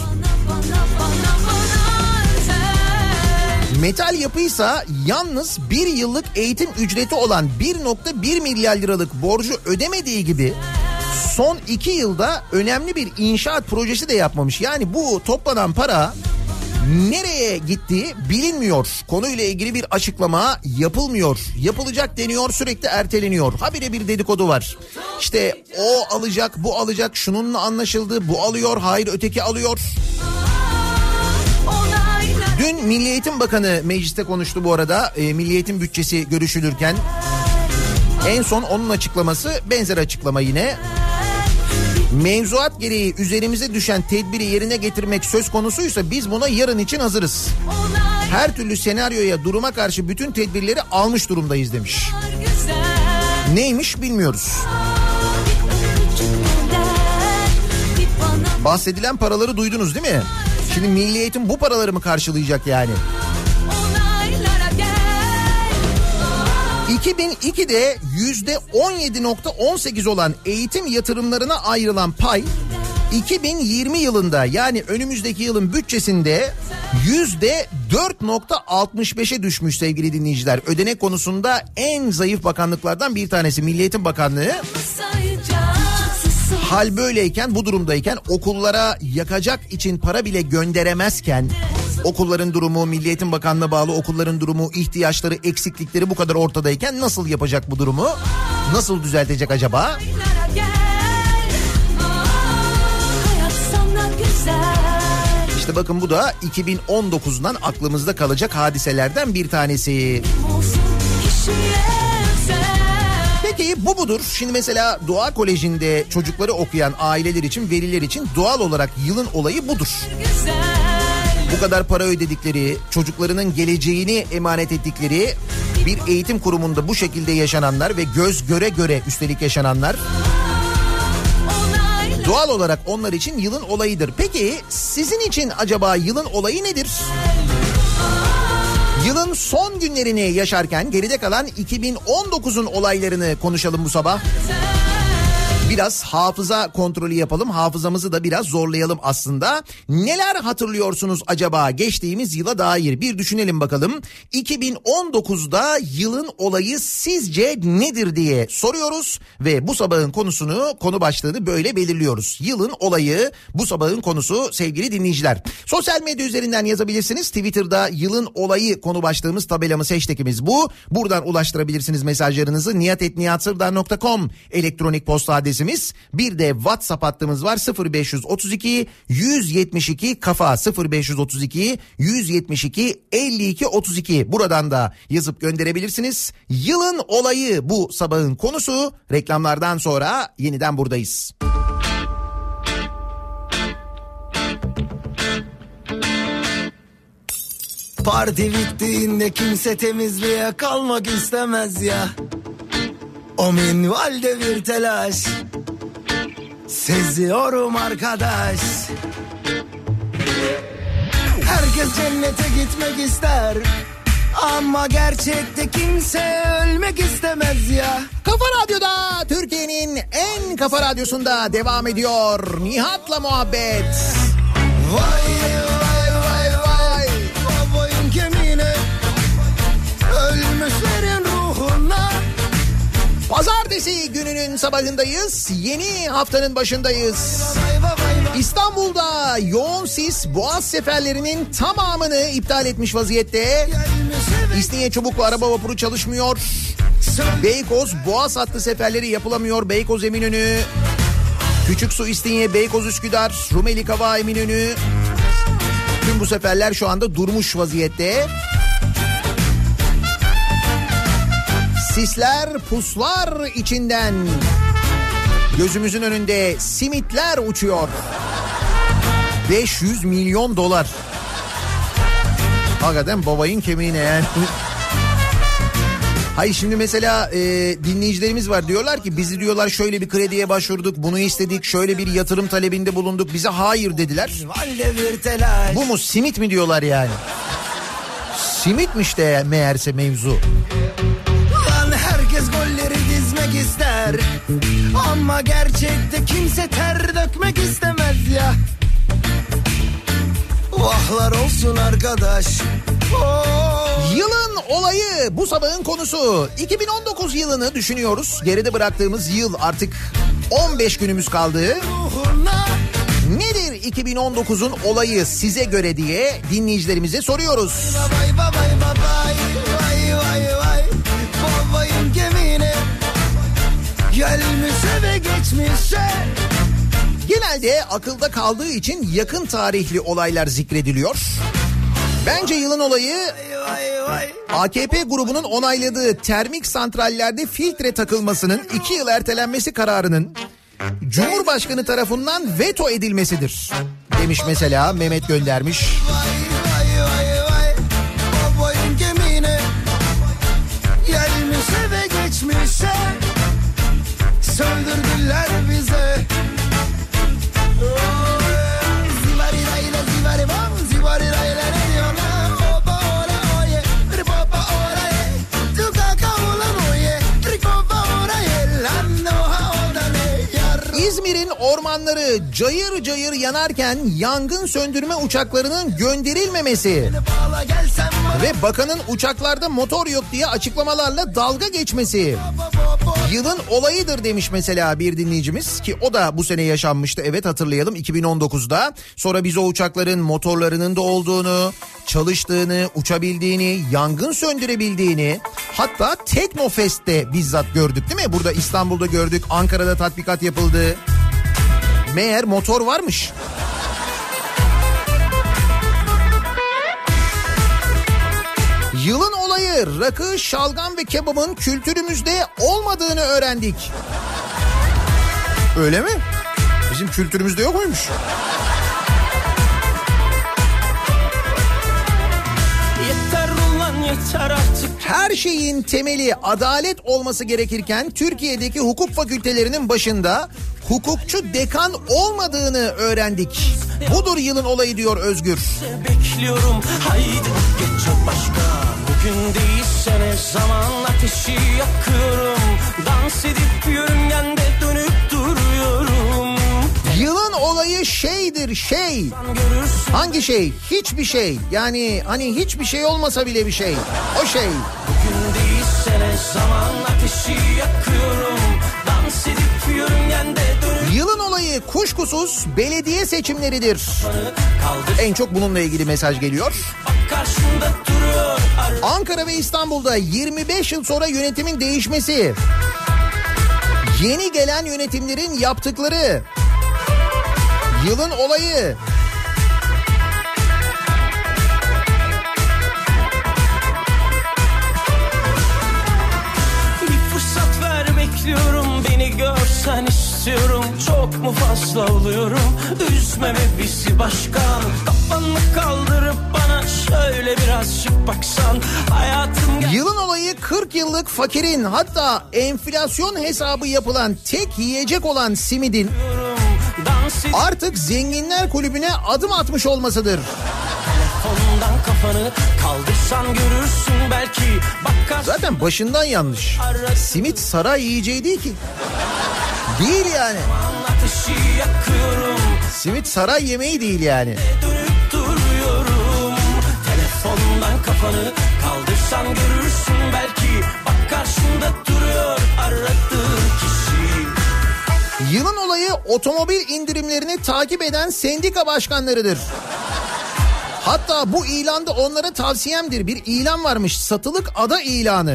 Metal Yapıysa yalnız bir yıllık eğitim ücreti olan bir virgül bir milyar liralık borcu ödemediği gibi son iki yılda önemli bir inşaat projesi de yapmamış. Yani bu toplanan para nereye gittiği bilinmiyor. Konuyla ilgili bir açıklama yapılmıyor. Yapılacak deniyor, sürekli erteleniyor. Habire bir dedikodu var. İşte o alacak, bu alacak, şununla anlaşıldı, bu alıyor, hayır öteki alıyor. Dün Milli Eğitim Bakanı mecliste konuştu bu arada. E, Milli Eğitim bütçesi görüşülürken en son onun açıklaması, benzer açıklama yine. Mevzuat gereği üzerimize düşen tedbiri yerine getirmek söz konusuysa biz buna yarın için hazırız. Her türlü senaryoya, duruma karşı bütün tedbirleri almış durumdayız demiş. Neymiş bilmiyoruz. Bahsedilen paraları duydunuz değil mi? Şimdi Milli Eğitim bu paraları mı karşılayacak yani? iki bin ikide yüzde on yedi nokta on sekiz olan eğitim yatırımlarına ayrılan pay iki bin yirmi yılında yani önümüzdeki yılın bütçesinde yüzde dört nokta altmış beşe düşmüş sevgili dinleyiciler. Ödenek konusunda en zayıf bakanlıklardan bir tanesi Milli Eğitim Bakanlığı. Hal böyleyken, bu durumdayken, okullara yakacak için para bile gönderemezken, okulların durumu, Milli Eğitim Bakanlığı'na bağlı okulların durumu, ihtiyaçları, eksiklikleri bu kadar ortadayken nasıl yapacak bu durumu? Nasıl düzeltecek acaba? İşte bakın bu da iki bin on dokuzdan aklımızda kalacak hadiselerden bir tanesi. Peki bu mudur? Şimdi mesela Doğa Koleji'nde çocukları okuyan aileler için, veliler için doğal olarak yılın olayı budur. Bu kadar para ödedikleri, çocuklarının geleceğini emanet ettikleri bir eğitim kurumunda bu şekilde yaşananlar ve göz göre göre üstelik yaşananlar doğal olarak onlar için yılın olayıdır. Peki sizin için acaba yılın olayı nedir? Yılın son günlerini yaşarken geride kalan iki bin on dokuzun olaylarını konuşalım bu sabah. Biraz hafıza kontrolü yapalım. Hafızamızı da biraz zorlayalım aslında. Neler hatırlıyorsunuz acaba geçtiğimiz yıla dair? Bir düşünelim bakalım. iki bin on dokuzda yılın olayı sizce nedir diye soruyoruz. Ve bu sabahın konusunu, konu başlığını böyle belirliyoruz. Yılın olayı bu sabahın konusu sevgili dinleyiciler. Sosyal medya üzerinden yazabilirsiniz. Twitter'da yılın olayı konu başlığımız, tabelamız, hashtagimiz bu. Buradan ulaştırabilirsiniz mesajlarınızı. nihat et nihat sırdar nokta com elektronik posta adresi. Bir de WhatsApp hattımız var sıfır beş otuz iki yüz yetmiş iki kafa sıfır beş otuz iki yüz yetmiş iki elli iki otuz iki. Buradan da yazıp gönderebilirsiniz. Yılın olayı bu sabahın konusu. Reklamlardan sonra yeniden buradayız. Parti bittiğinde kimse temizliğe kalmak istemez ya. O minvalde bir telaş seziyorum arkadaş. Herkes cennete gitmek ister ama gerçekte kimse ölmek istemez ya. Kafa Radyo'da, Türkiye'nin en kafa radyosunda devam ediyor Nihat'la muhabbet. Vay vay vay vay, o boyun kemiğine, ölmüşlerin ruhuna. Pazartesi gününün sabahındayız. Yeni haftanın başındayız. İstanbul'da yoğun sis Boğaz seferlerinin tamamını iptal etmiş vaziyette. İstinye Çubuklu araba vapuru çalışmıyor. Beykoz Boğaz hattı seferleri yapılamıyor. Beykoz Eminönü, Küçüksu İstinye, Beykoz Üsküdar, Rumeli Kava Eminönü. Tüm bu seferler şu anda durmuş vaziyette. Sisler, puslar içinden gözümüzün önünde simitler uçuyor. beş yüz milyon dolar. Hakikaten babayın kemiğine yani. Hayır şimdi mesela e, dinleyicilerimiz var, diyorlar ki bizi diyorlar şöyle bir krediye başvurduk, bunu istedik, şöyle bir yatırım talebinde bulunduk, bize hayır dediler. Bu mu, simit mi diyorlar yani? Simitmiş de meğerse mevzu. Herkes golleri dizmek ister ama gerçekte kimse ter dökmek istemez ya. Vahlar olsun arkadaş. Oh. Yılın olayı bu sabahın konusu. iki bin on dokuz yılını düşünüyoruz. Geride bıraktığımız yıl, artık on beş günümüz kaldı. Ruhuna. Nedir iki bin on dokuzun olayı size göre diye dinleyicilerimize soruyoruz. Vay vay vay vay vay vay vay. Babayın gemine gelmişe ve geçmişe. Genelde akılda kaldığı için yakın tarihli olaylar zikrediliyor. Bence yılın olayı A K P grubunun onayladığı termik santrallerde filtre takılmasının iki yıl ertelenmesi kararının Cumhurbaşkanı tarafından veto edilmesidir demiş mesela, Mehmet göndermiş. Gelmişe ve geçmişe söndürdüler bize. Oy, İzmir'in ormanları cayır cayır yanarken yangın söndürme uçaklarının gönderilmemesi ve bakanın uçaklarda motor yok diye açıklamalarla dalga geçmesi yılın olayıdır demiş mesela bir dinleyicimiz, ki o da bu sene yaşanmıştı, evet hatırlayalım, iki bin on dokuzda. Sonra biz o uçakların motorlarının da olduğunu, çalıştığını, uçabildiğini, yangın söndürebildiğini, hatta Teknofest'te bizzat gördük değil mi? Burada İstanbul'da gördük, Ankara'da tatbikat yapıldı. Meğer motor varmış. Yılın olayı rakı, şalgam ve kebabın kültürümüzde olmadığını öğrendik. Öyle mi? Bizim kültürümüzde yok muymuş? Yeter ulan yeter artık. Her şeyin temeli adalet olması gerekirken Türkiye'deki hukuk fakültelerinin başında hukukçu dekan olmadığını öğrendik. Budur yılın olayı diyor Özgür. Bekliyorum haydi geç başka. Bugün değilse ne zaman ateşi yakıyorum. Dans edip yörüngende dönüp duruyorum. Yılın olayı şeydir şey. Hangi şey? Hiçbir şey. Yani hani hiçbir şey olmasa bile bir şey. O şey. Bugün değilse ne zaman ateşi yakıyorum. Dans edip yörüngende dönüp. Yılın olayı kuşkusuz belediye seçimleridir. En çok bununla ilgili mesaj geliyor. Ankara ve İstanbul'da yirmi beş yıl sonra yönetimin değişmesi, yeni gelen yönetimlerin yaptıkları, yılın olayı. Bir fırsat ver bekliyorum, beni görsen istiyorum. Çok mu fazla oluyorum, üzme ve bizi başkan. Kafanı kaldırıp bana şöyle birazcık baksan. Hayatım gel- Yılın olayı kırk yıllık fakirin, hatta enflasyon hesabı yapılan tek yiyecek olan simidin artık zenginler kulübüne adım atmış olmasıdır. Telefondan kafanı kaldırsan görürsün belki. Bakarsın. Zaten başından yanlış. Simit saray yiyeceği değil ki. Değil yani. Ateşi yakıyorum. Simit saray yemeği değil yani. Dönüp duruyorum. Telefondan kafanı kaldırsan görürsün belki. Bak karşında duruyor aradığın kişi. Yılın olayı otomobil indirimlerini takip eden sendika başkanlarıdır. Hatta bu ilanda onlara tavsiyemdir. Bir ilan varmış, satılık ada ilanı.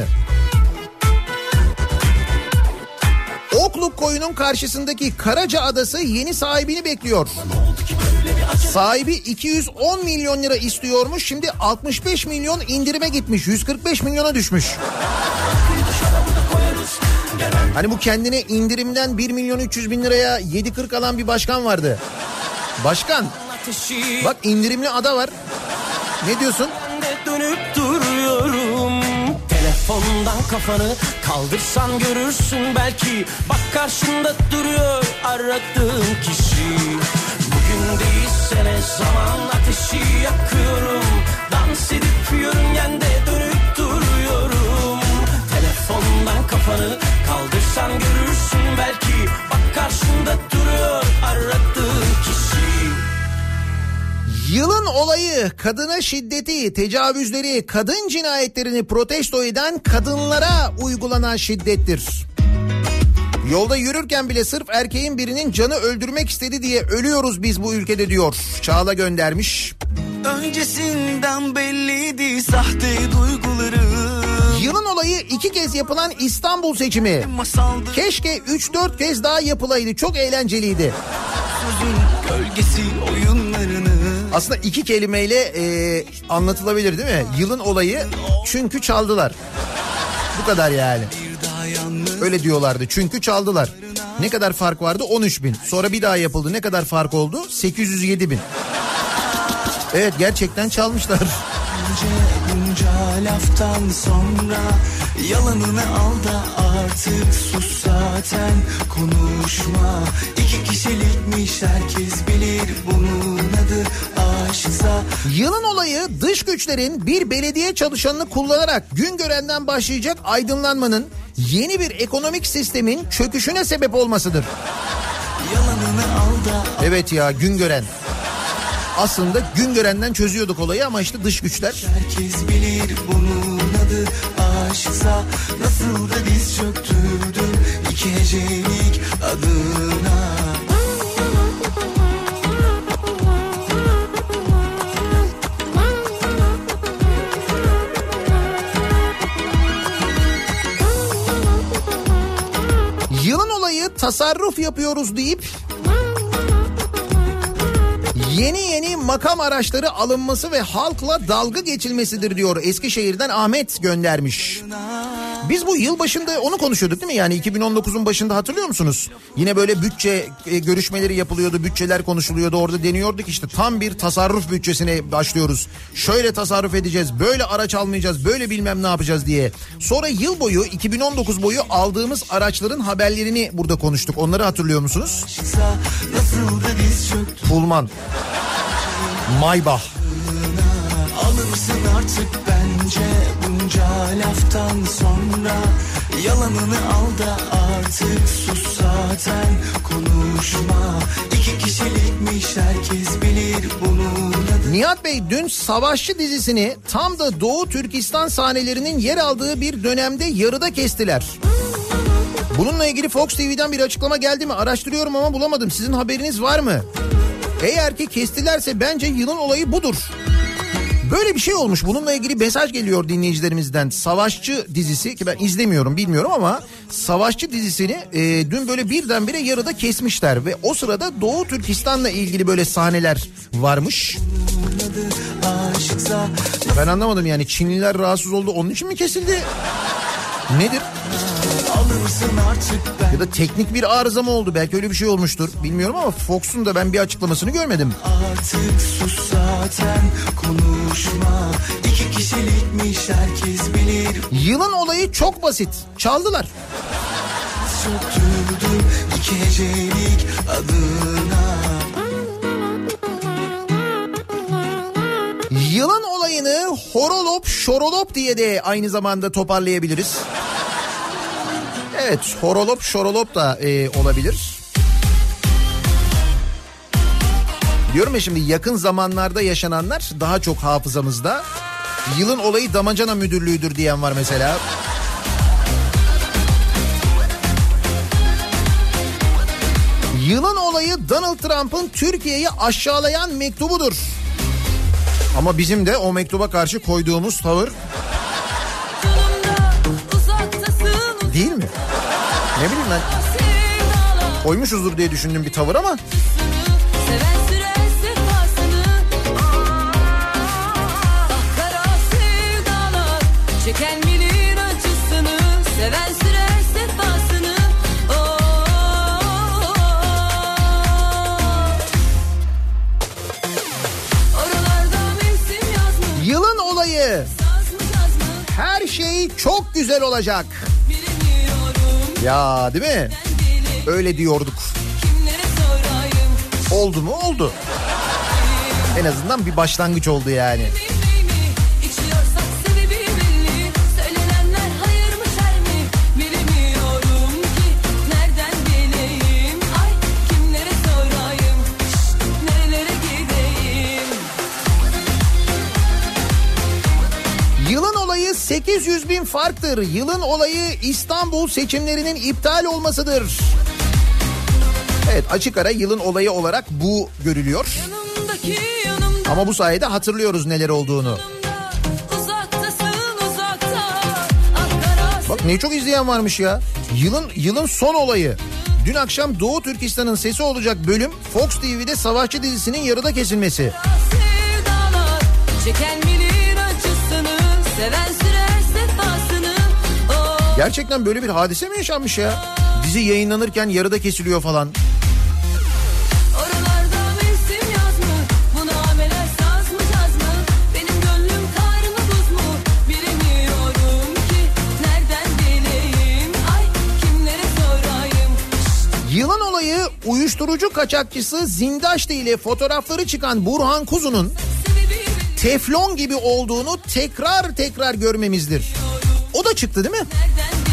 Okluk koyunun karşısındaki Karaca Adası yeni sahibini bekliyor. Sahibi iki yüz on milyon lira istiyormuş. Şimdi altmış beş milyon indirime gitmiş. yüz kırk beş milyona düşmüş. Hani bu kendine indirimden bir milyon üç yüz bin liraya yedi kırk alan bir başkan vardı. Başkan, bak indirimli ada var. Ne diyorsun? Dönüp duruyorum. Telefondan kafanı kaldırsan görürsün belki. Bak karşında duruyor aradığın kişi. Bugün değilse ne zaman ateşi yakıyorum. Dans edip yörüngende dönüp duruyorum. Telefondan kafanı kaldırsan görürsün belki. Bak karşında duruyor aradığın kişi. Yılın olayı kadına şiddeti, tecavüzleri, kadın cinayetlerini protesto eden kadınlara uygulanan şiddettir. Yolda yürürken bile sırf erkeğin birinin canı öldürmek istedi diye ölüyoruz biz bu ülkede diyor. Çağla göndermiş. Öncesinden belliydi sahte duygularım. Yılın olayı iki kez yapılan İstanbul seçimi. Masaldı. Keşke üç dört kez daha yapılaydı. Çok eğlenceliydi. Sözün gölgesi oyunlarını. Aslında iki kelimeyle e, anlatılabilir değil mi? Yılın olayı çünkü çaldılar. Bu kadar yani. Öyle diyorlardı, çünkü çaldılar. Ne kadar fark vardı? on üç bin. Sonra bir daha yapıldı. Ne kadar fark oldu? sekiz yüz yedi bin. Evet, gerçekten çalmışlar. Bunca laftan sonra yalanını al da artık sus zaten konuşma. İki kişilikmiş herkes bilir bunun adı aşksa. Yılın olayı dış güçlerin bir belediye çalışanını kullanarak gün görenden başlayacak aydınlanmanın yeni bir ekonomik sistemin çöküşüne sebep olmasıdır. Evet ya, Güngören. Aslında Güngören'den çözüyorduk olayı ama işte dış güçler. Herkes bilir bunun adı aşksa, nasıl da diz çöktürdüm iki hecelik adına. Yılın olayı tasarruf yapıyoruz deyip yeni yeni makam araçları alınması ve halkla dalga geçilmesidir diyor. Eskişehir'den Ahmet göndermiş. Biz bu yıl başında onu konuşuyorduk değil mi? Yani iki bin on dokuzun başında hatırlıyor musunuz? Yine böyle bütçe görüşmeleri yapılıyordu, bütçeler konuşuluyordu. Orada deniyordu ki işte tam bir tasarruf bütçesine başlıyoruz. Şöyle tasarruf edeceğiz, böyle araç almayacağız, böyle bilmem ne yapacağız diye. Sonra yıl boyu, iki bin on dokuz boyu aldığımız araçların haberlerini burada konuştuk. Onları hatırlıyor musunuz? Pullman, Maybach. Alırsın artık bence bunca laftan sonra. Yalanını al da artık sus zaten, konuşma. İki kişilikmiş, herkes bilir bunun adı. Nihat Bey, dün Savaşçı dizisini tam da Doğu Türkistan sahnelerinin yer aldığı bir dönemde yarıda kestiler. Bununla ilgili Fox T V'den bir açıklama geldi mi? Araştırıyorum ama bulamadım. Sizin haberiniz var mı? Eğer ki kestilerse bence yılın olayı budur. Böyle bir şey olmuş. Bununla ilgili mesaj geliyor dinleyicilerimizden. Savaşçı dizisi, ki ben izlemiyorum, bilmiyorum ama Savaşçı dizisini e, dün böyle birdenbire yarıda kesmişler ve o sırada Doğu Türkistan'la ilgili böyle sahneler varmış. Ben anlamadım yani, Çinliler rahatsız oldu, onun için mi kesildi? Nedir? Ya da teknik bir arıza mı oldu? Belki öyle bir şey olmuştur. Bilmiyorum ama Fox'un da ben bir açıklamasını görmedim. Artık sus zaten, konuşma. İki kişilikmiş, herkes bilir. Yılın olayı çok basit. Çaldılar. Söktürdüm iki hecelik adına. Yılın olayını horolop şorolop diye de aynı zamanda toparlayabiliriz. Evet, horolop şorolop da e, olabilir. Diyorum ya, şimdi yakın zamanlarda yaşananlar daha çok hafızamızda. Yılın olayı damacana müdürlüğüdür diyen var mesela. Yılın olayı Donald Trump'ın Türkiye'yi aşağılayan mektubudur. Ama bizim de o mektuba karşı koyduğumuz tavır değil mi? Ne bileyim ben. Koymuşuzdur diye düşündüğüm bir tavır ama. Yılın olayı. Her şey çok güzel olacak. Ya değil mi? Öyle diyorduk. Oldu mu? Oldu. En azından bir başlangıç oldu yani. Yılın olayı sekiz yüz bin farktır. Yılın olayı İstanbul seçimlerinin iptal olmasıdır. Evet, açık ara yılın olayı olarak bu görülüyor. Yanımdaki, yanımda, ama bu sayede hatırlıyoruz neler olduğunu. Uzaktasın, uzakta, bak ne çok izleyen varmış ya. Yılın yılın son olayı. Dün akşam Doğu Türkistan'ın sesi olacak bölüm Fox T V'de Savaşçı dizisinin yarıda kesilmesi. Sevdalar, çeken bilir acısını, seven sürer sefasını. Oh. Gerçekten böyle bir hadise mi yaşanmış ya? Dizi yayınlanırken yarıda kesiliyor falan. Yılın olayı uyuşturucu kaçakçısı Zindaşlı ile fotoğrafları çıkan Burhan Kuzu'nun teflon gibi olduğunu tekrar tekrar görmemizdir. O da çıktı değil mi?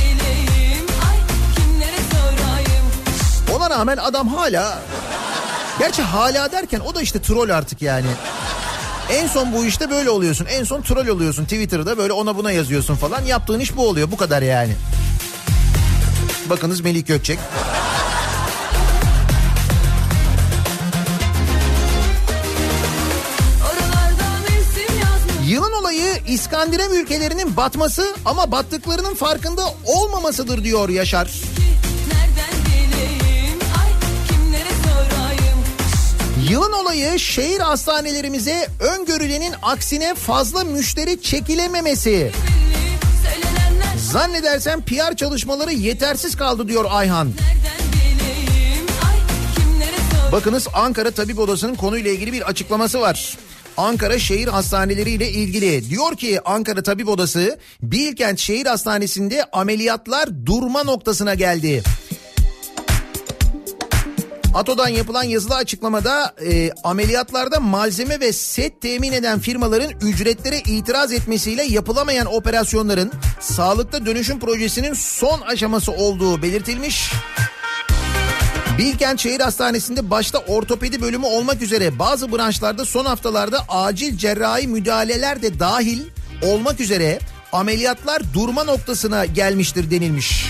Ona rağmen adam hala Gerçi hala derken o da işte troll artık yani. En son bu işte böyle oluyorsun. En son troll oluyorsun Twitter'da, böyle ona buna yazıyorsun falan. Yaptığın iş bu oluyor, bu kadar yani. Bakınız Melih Gökçek. Yılın olayı İskandinav ülkelerinin batması ama battıklarının farkında olmamasıdır diyor Yaşar. Yılın olayı şehir hastanelerimize öngörülenin aksine fazla müşteri çekilememesi. Zannedersem P R çalışmaları yetersiz kaldı diyor Ayhan. Bakınız Ankara Tabip Odası'nın konuyla ilgili bir açıklaması var. Ankara Şehir Hastaneleri ile ilgili diyor ki Ankara Tabip Odası, Bilkent Şehir Hastanesi'nde ameliyatlar durma noktasına geldi. ATO'dan yapılan yazılı açıklamada e, ameliyatlarda malzeme ve set temin eden firmaların ücretlere itiraz etmesiyle yapılamayan operasyonların sağlıkta dönüşüm projesinin son aşaması olduğu belirtilmiş. Bilkent Şehir Hastanesi'nde başta ortopedi bölümü olmak üzere bazı branşlarda son haftalarda acil cerrahi müdahaleler de dahil olmak üzere ameliyatlar durma noktasına gelmiştir denilmiş.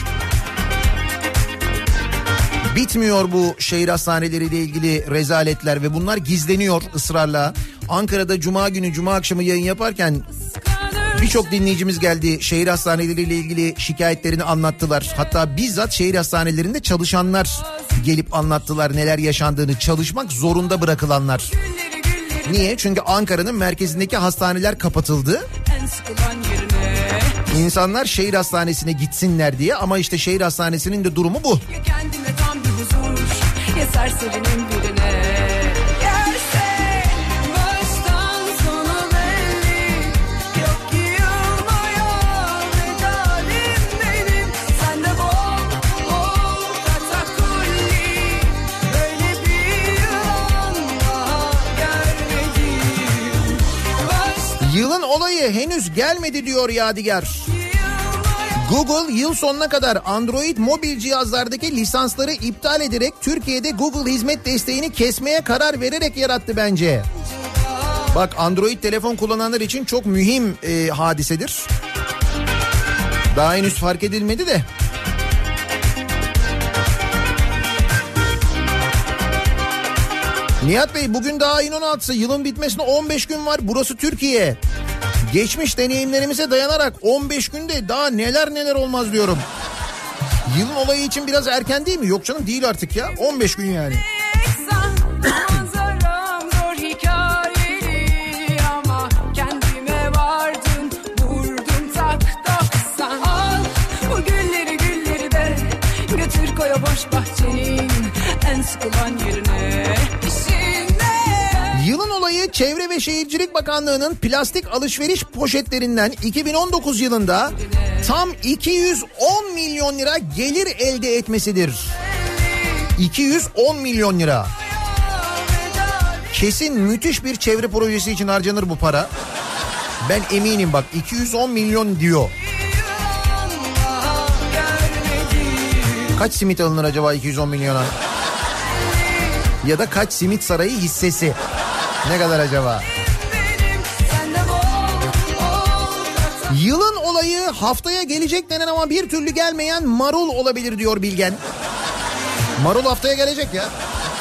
Bitmiyor bu şehir hastaneleriyle ilgili rezaletler ve bunlar gizleniyor ısrarla. Ankara'da Cuma günü, Cuma akşamı yayın yaparken birçok dinleyicimiz geldi. Şehir hastaneleriyle ilgili şikayetlerini anlattılar. Hatta bizzat şehir hastanelerinde çalışanlar gelip anlattılar neler yaşandığını. Çalışmak zorunda bırakılanlar. Niye? Çünkü Ankara'nın merkezindeki hastaneler kapatıldı. İnsanlar şehir hastanesine gitsinler diye, ama işte şehir hastanesinin de durumu bu. Kendime tam bir huzur, ya serserinin birine. Gerse baştan sona belli, yok ki yılmaya medalim benim. Sen de bol bol katakulli, böyle bir yılan daha görmedim. Baştan Yılın olayı henüz gelmedi diyor Yadigar. Google yıl sonuna kadar Android mobil cihazlardaki lisansları iptal ederek Türkiye'de Google hizmet desteğini kesmeye karar vererek yarattı bence. Bak, Android telefon kullananlar için çok mühim e, hadisedir. Daha henüz fark edilmedi de. Nihat Bey, bugün daha ayın on altısı, yılın bitmesine on beş gün var. Burası Türkiye. Geçmiş deneyimlerimize dayanarak on beş günde daha neler neler olmaz diyorum. Yılın olayı için biraz erken değil mi? Yok canım, değil artık ya. on beş gün yani. manzaram zor hikayeli ama kendime vardım, vurdum tak doksan. Al bu gülleri gülleri de götür koy o boş bahçenin en sıkılan yerine. Yılın olayı Çevre ve Şehircilik Bakanlığı'nın plastik alışveriş poşetlerinden iki bin on dokuz yılında tam iki yüz on milyon lira gelir elde etmesidir. iki yüz on milyon lira. Kesin müthiş bir çevre projesi için harcanır bu para. Ben eminim, bak iki yüz on milyon diyor. Kaç simit alınır acaba iki yüz on milyona? Ya da kaç simit sarayı hissesi? Ne kadar acaba? Yılın olayı haftaya gelecek denen ama bir türlü gelmeyen marul olabilir diyor Bilgen. Marul haftaya gelecek ya.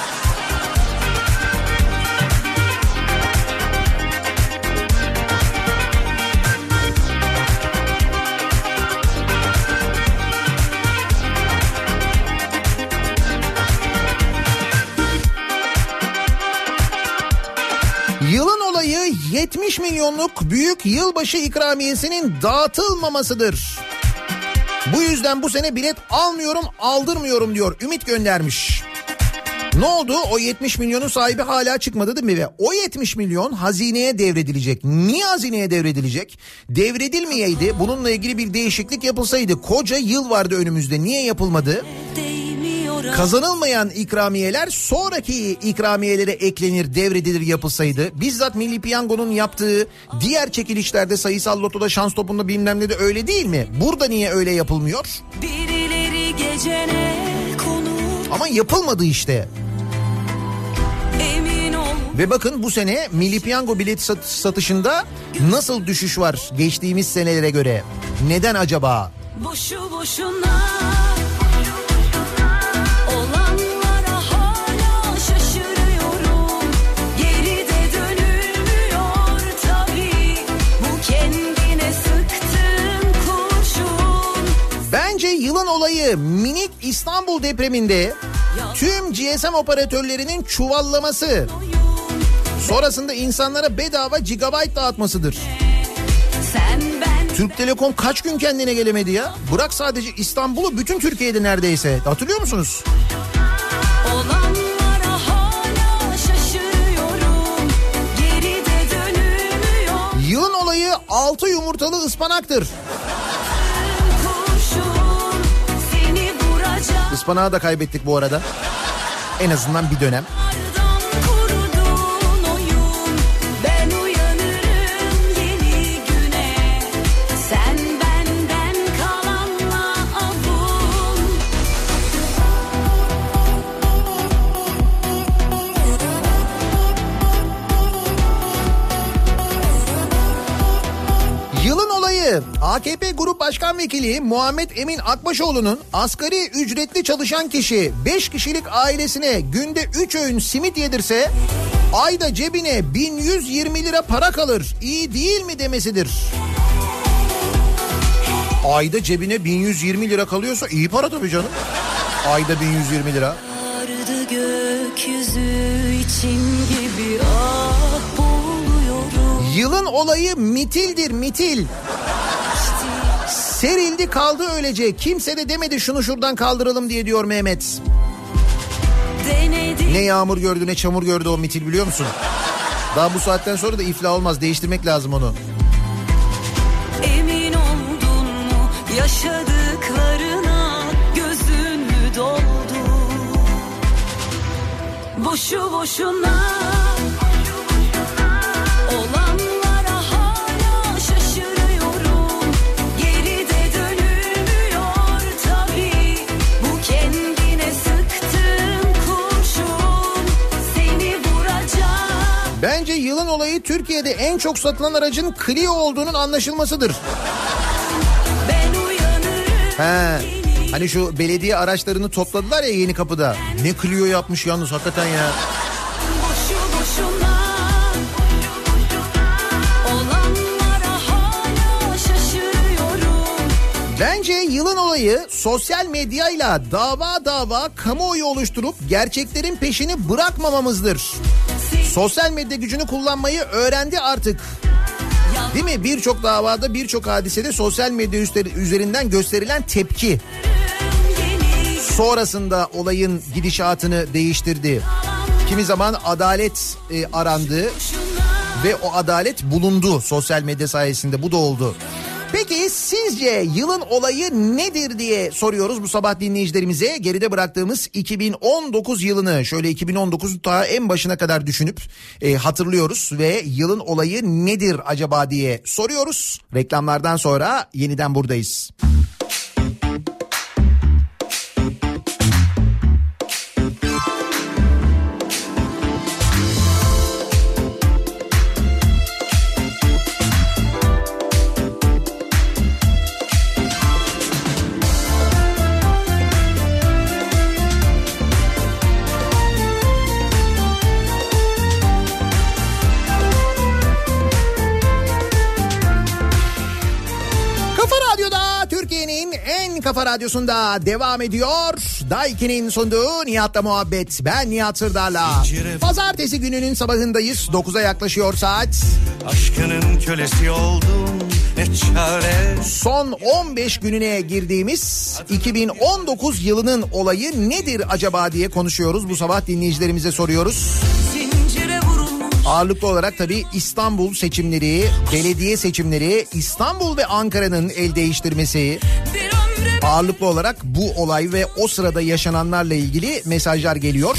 Yılın olayı yetmiş milyonluk büyük yılbaşı ikramiyesinin dağıtılmamasıdır. Bu yüzden bu sene bilet almıyorum, aldırmıyorum diyor. Ümit göndermiş. Ne oldu? O yetmiş milyonun sahibi hala çıkmadı değil mi? Ve o yetmiş milyon hazineye devredilecek. Niye hazineye devredilecek? Devredilmeyeydi. Bununla ilgili bir değişiklik yapılsaydı. Koca yıl vardı önümüzde. Niye yapılmadı? Kazanılmayan ikramiyeler sonraki ikramiyelere eklenir, devredilir yapılsaydı. Bizzat Milli Piyango'nun yaptığı diğer çekilişlerde, sayısal lotoda, şans topunda, bilmem ne de öyle değil mi? Burada niye öyle yapılmıyor? Birileri gecene konu. Ama yapılmadı işte. Ve bakın bu sene Milli Piyango bilet sat- satışında nasıl düşüş var geçtiğimiz senelere göre. Neden acaba? Boşu boşuna olanlara hala şaşırıyorum. Geride dönülmüyor tabii. Bu kendine sıktığın kurşun. Bence yılın olayı minik İstanbul depreminde tüm G S M operatörlerinin çuvallaması. Sonrasında insanlara bedava gigabyte dağıtmasıdır. Sen ben Türk Telekom kaç gün kendine gelemedi ya? Bırak sadece İstanbul'u, bütün Türkiye'de neredeyse. Hatırlıyor musunuz? olanlara hala şaşırıyorum. Geride dönülmüyor Yılın olayı altı yumurtalı ıspanaktır. kurşun. Seni vuracak. Ispanağı da kaybettik bu arada. En azından bir dönem. Ardından kurduğun oyun. Ben uyanırım yeni güne. Sen benden kalanla avun. Yılın olayı A K P Grup Başkan Vekili Muhammed Emin Akbaşoğlu'nun asgari ücretli çalışan kişi beş kişilik ailesine günde üç öğün simit yedirse ayda cebine bin yüz yirmi lira para kalır. İyi değil mi demesidir. Ayda cebine bin yüz yirmi lira kalıyorsa iyi para tabii canım. Ayda bin yüz yirmi lira. Ardı gökyüzü için gibi ah boğuluyorum. Yılın olayı mitildir, mitil. Serildi kaldı öylece. Kimse de demedi şunu şuradan kaldıralım diye diyor Mehmet. Denedim. Ne yağmur gördü ne çamur gördü o mitil, biliyor musun? Daha bu saatten sonra da iflah olmaz. Değiştirmek lazım onu. Emin oldun mu yaşadıklarına, gözün mü doldu? Boşu boşuna olanlara hala şaşırıyorum. Geride dönülmüyor tabii. Bu kendine sıktığın kurşun. Seni vuracak. Bence yılın olayı Türkiye'de en çok satılan aracın Clio olduğunun anlaşılmasıdır. Ben uyanırım. He. Hani şu belediye araçlarını topladılar ya Yenikapı'da. Ne Clio yapmış yalnız hakikaten ya. Boşu boşuna olanlara hala şaşırıyorum. Bence yılın olayı sosyal medyayla dava dava kamuoyu oluşturup gerçeklerin peşini bırakmamamızdır. Sosyal medya gücünü kullanmayı öğrendi artık. Değil mi? Birçok davada, birçok hadisede sosyal medya üzerinden gösterilen tepki sonrasında olayın gidişatını değiştirdi. Kimi zaman adalet e, arandı ve o adalet bulundu sosyal medya sayesinde. Bu da oldu. Peki sizce yılın olayı nedir diye soruyoruz bu sabah dinleyicilerimize. Geride bıraktığımız iki bin on dokuz yılını şöyle iki bin on dokuzu ta en başına kadar düşünüp e, hatırlıyoruz ve yılın olayı nedir acaba diye soruyoruz. Reklamlardan sonra yeniden buradayız. Kafa Radyosu'nda devam ediyor. Daiki'nin sunduğu Nihat'la muhabbet. Ben Nihat Sırdar'la. Pazartesi gününün sabahındayız. dokuza yaklaşıyor saat. Aşkının kölesi oldum, ne çare. Son on beş gününe girdiğimiz iki bin on dokuz yılının olayı nedir acaba diye konuşuyoruz. Bu sabah dinleyicilerimize soruyoruz. Ağırlıklı olarak tabii İstanbul seçimleri, belediye seçimleri, İstanbul ve Ankara'nın el değiştirmesi. Ağırlıklı olarak bu olay ve o sırada yaşananlarla ilgili mesajlar geliyor.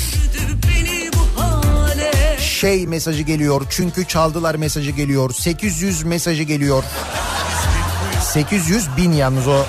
Şey mesajı geliyor, çünkü çaldılar mesajı geliyor, sekiz yüz mesajı geliyor. sekiz yüz bin yalnız o.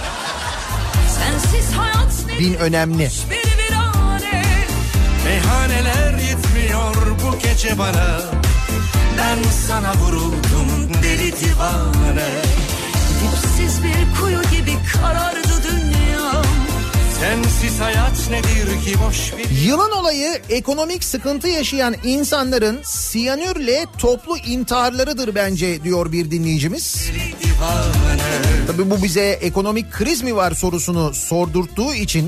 Bin önemli. Meyhaneler yetmiyor bu gece. gece bana. Ben sana vuruldum deli divane. Dipsiz bir kuyu gibi karardı dünyam. Sensiz hayat nedir ki boş bir... Yılın olayı ekonomik sıkıntı yaşayan insanların siyanürle toplu intiharlarıdır bence diyor bir dinleyicimiz. Tabii bu bize ekonomik kriz mi var sorusunu sordurttuğu için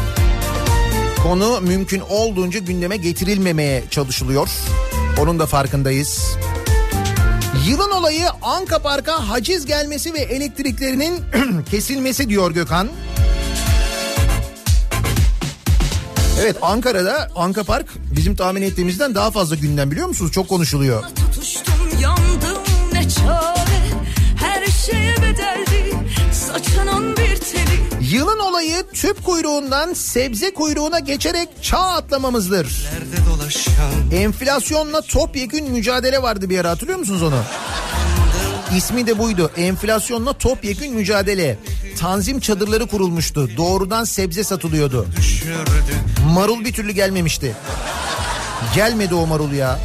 konu mümkün olduğunca gündeme getirilmemeye çalışılıyor. Onun da farkındayız. Yılın olayı Anka Park'a haciz gelmesi ve elektriklerinin kesilmesi diyor Gökhan. Evet, Ankara'da Anka Park bizim tahmin ettiğimizden daha fazla gündem, biliyor musunuz? Çok konuşuluyor. Tutuştum, yandım, ne çare, her şeye bedeldi saçının bir teli. Yılın olayı tüp kuyruğundan sebze kuyruğuna geçerek çağ atlamamızdır. Enflasyonla topyekün mücadele vardı bir ara, hatırlıyor musunuz onu? İsmi de buydu. Enflasyonla topyekün mücadele. Tanzim çadırları kurulmuştu. Doğrudan sebze satılıyordu. Marul bir türlü gelmemişti. Gelmedi o marul ya.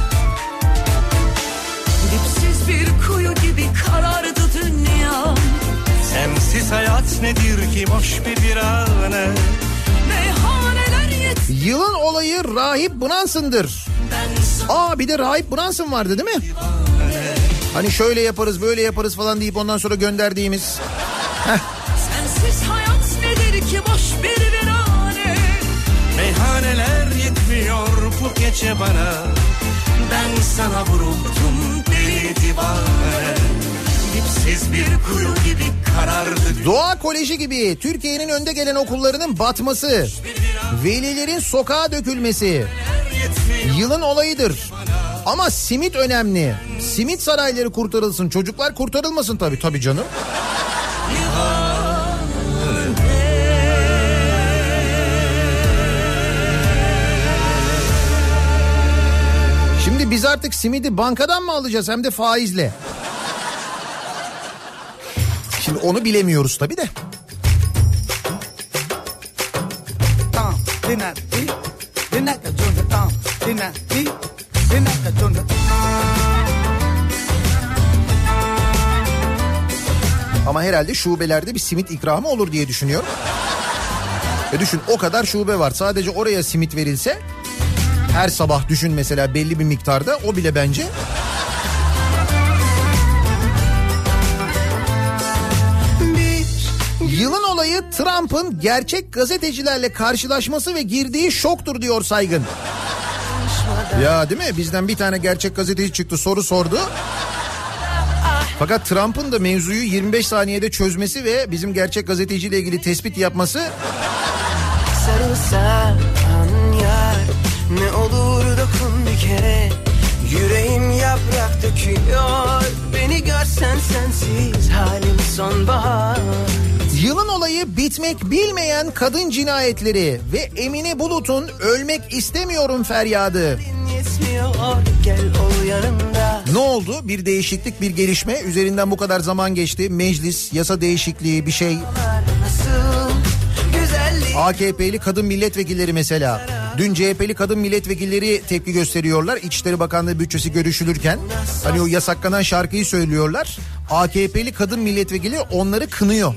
Dipsiz bir kuyu gibi karardı dünya. Sensiz hayat nedir ki boş bir virane. Meyhaneler yet. Yılın olayı Rahip Brunson'dır. Aa, bir de Rahip Brunson vardı değil mi? Hani şöyle yaparız böyle yaparız falan deyip ondan sonra gönderdiğimiz. Heh. Sensiz hayat nedir ki boş bir virane. Meyhaneler yetmiyor bu gece bana. Ben sana vuruldum deli divane. Dipsiz bir kuyu gibi karardı. Doğa Koleji gibi Türkiye'nin önde gelen okullarının batması, velilerin sokağa dökülmesi yılın olayıdır. Ama simit önemli. Simit sarayları kurtarılsın, çocuklar kurtarılmasın tabii tabii canım. Şimdi biz artık simidi bankadan mı alacağız, hem de faizle? Şimdi onu bilemiyoruz tabii de. Tamam, dinle, dinle, tamam, dinle, dinle, Ama herhalde şubelerde bir simit ikramı olur diye düşünüyorum. E düşün, o kadar şube var, sadece oraya simit verilse her sabah, düşün mesela belli bir miktarda, o bile bence. Yılın olayı Trump'ın gerçek gazetecilerle karşılaşması ve girdiği şoktur diyor Saygın. Ya değil mi? Bizden bir tane gerçek gazeteci çıktı, soru sordu. Fakat Trump'ın da mevzuyu yirmi beş saniyede çözmesi ve bizim gerçek gazeteciyle ilgili tespit yapması... Sarılsan yar, ne olur dokun bir kere. Yüreğim yaprak döküyor, beni görsen sensiz halim sonbahar. Yılın olayı bitmek bilmeyen kadın cinayetleri ve Emine Bulut'un ölmek istemiyorum feryadı. Gel ol yanımda. Ne oldu? Bir değişiklik, bir gelişme. Üzerinden bu kadar zaman geçti. Meclis, yasa değişikliği, bir şey. A K P'li kadın milletvekilleri mesela. Dün C H P'li kadın milletvekilleri tepki gösteriyorlar. İçişleri Bakanlığı bütçesi görüşülürken hani o yasaklanan şarkıyı söylüyorlar. A K P'li kadın milletvekili onları kınıyor.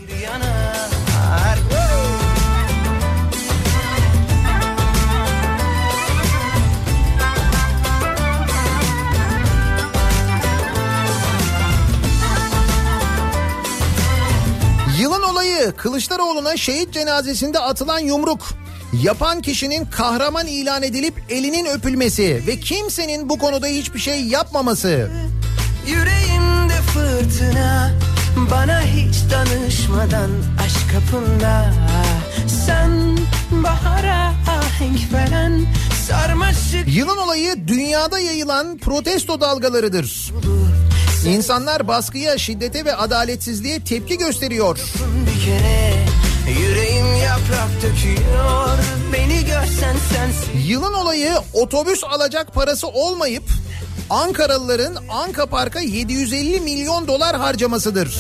Yılın olayı Kılıçdaroğlu'na şehit cenazesinde atılan yumruk, yapan kişinin kahraman ilan edilip elinin öpülmesi ve kimsenin bu konuda hiçbir şey yapmaması. Yüreğimde fırtına, bana hiç danışmadan aşk kapında. Sen bahara ahenk veren sarmaşık. Yılın olayı dünyada yayılan protesto dalgalarıdır. İnsanlar baskıya, şiddete ve adaletsizliğe tepki gösteriyor. Bir kere yüreğim yaprak döküyor, beni görsen sensin. Yılın olayı otobüs alacak parası olmayıp Ankaralıların Anka Park'a yedi yüz elli milyon dolar harcamasıdır.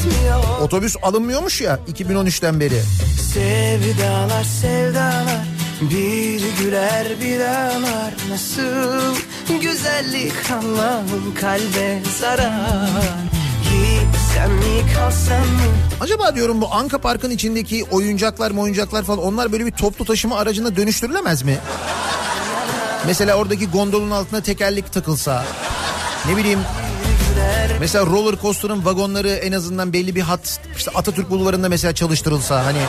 Otobüs alınmıyormuş ya iki bin on üçten beri. Sevdalar sevdalar Bir güler bir ağlar, nasıl güzellik Allah'ım kalbe zarar. Gitsem mi kalsam mı? Acaba diyorum bu Anka Park'ın içindeki oyuncaklar mı oyuncaklar falan, onlar böyle bir toplu taşıma aracına dönüştürülemez mi? Mesela oradaki gondolun altına tekerlek takılsa, ne bileyim, mesela roller coaster'ın vagonları en azından belli bir hat, işte Atatürk Bulvarı'nda mesela çalıştırılsa, hani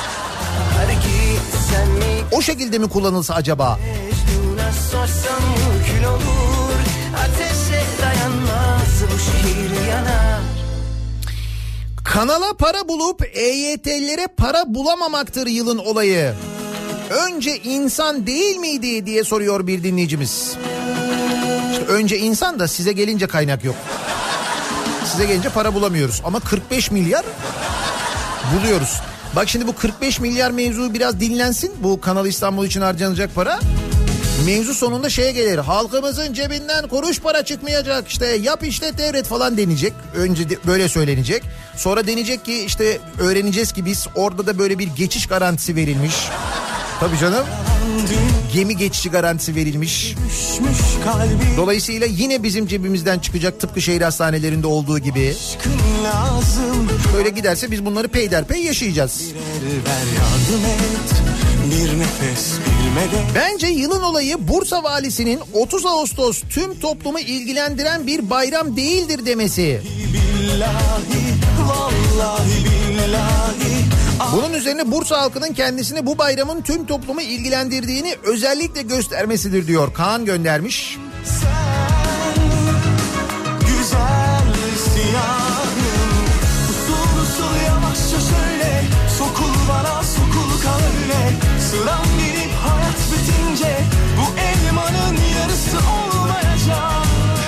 o şekilde mi kullanılsa acaba? Kanala para bulup E Y T'lilere para bulamamaktır yılın olayı. Önce insan değil miydi diye soruyor bir dinleyicimiz. İşte önce insan da size gelince kaynak yok. Size gelince para bulamıyoruz ama kırk beş milyar buluyoruz. Bak şimdi bu kırk beş milyar mevzu biraz dinlensin. Bu Kanal İstanbul için harcanacak para. Mevzu sonunda şeye gelir. Halkımızın cebinden kuruş para çıkmayacak. İşte yap işlet devret falan denecek. Önce de böyle söylenecek. Sonra denecek ki işte öğreneceğiz ki biz orada da böyle bir geçiş garantisi verilmiş. Tabii canım. Gemi geçişi garantisi verilmiş. Dolayısıyla yine bizim cebimizden çıkacak, tıpkı şehir hastanelerinde olduğu gibi. Böyle giderse biz bunları peyderpey yaşayacağız. Bence yılın olayı Bursa valisinin otuz Ağustos tüm toplumu ilgilendiren bir bayram değildir demesi. Bunun üzerine Bursa halkının kendisini bu bayramın tüm toplumu ilgilendirdiğini özellikle göstermesidir diyor. Kaan göndermiş. Sen güzel siyahım, usul usul yavaşça şöyle sokul bana, sokul kal öyle. Sıram gelip hayat bitince bu elmanın yarısı olmayacak.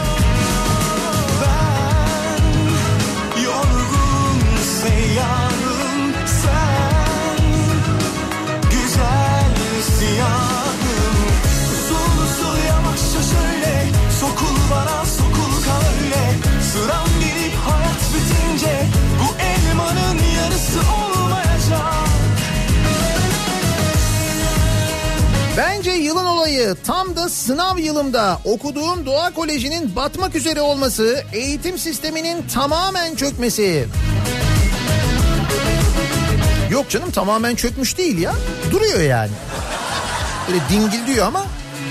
Ben yorgun seyyahım, sen güzel siyahım. Usul usul yavaşça şöyle sokul bana, sokul kal öyle. Sıram gelip hayat bitince bu elmanın yarısı olmayacak. Bence yılın olayı tam da sınav yılımda okuduğum Doğa Koleji'nin batmak üzere olması, eğitim sisteminin tamamen çökmesi. Yok canım, tamamen çökmüş değil ya. Duruyor yani. Böyle dingildiyor ama.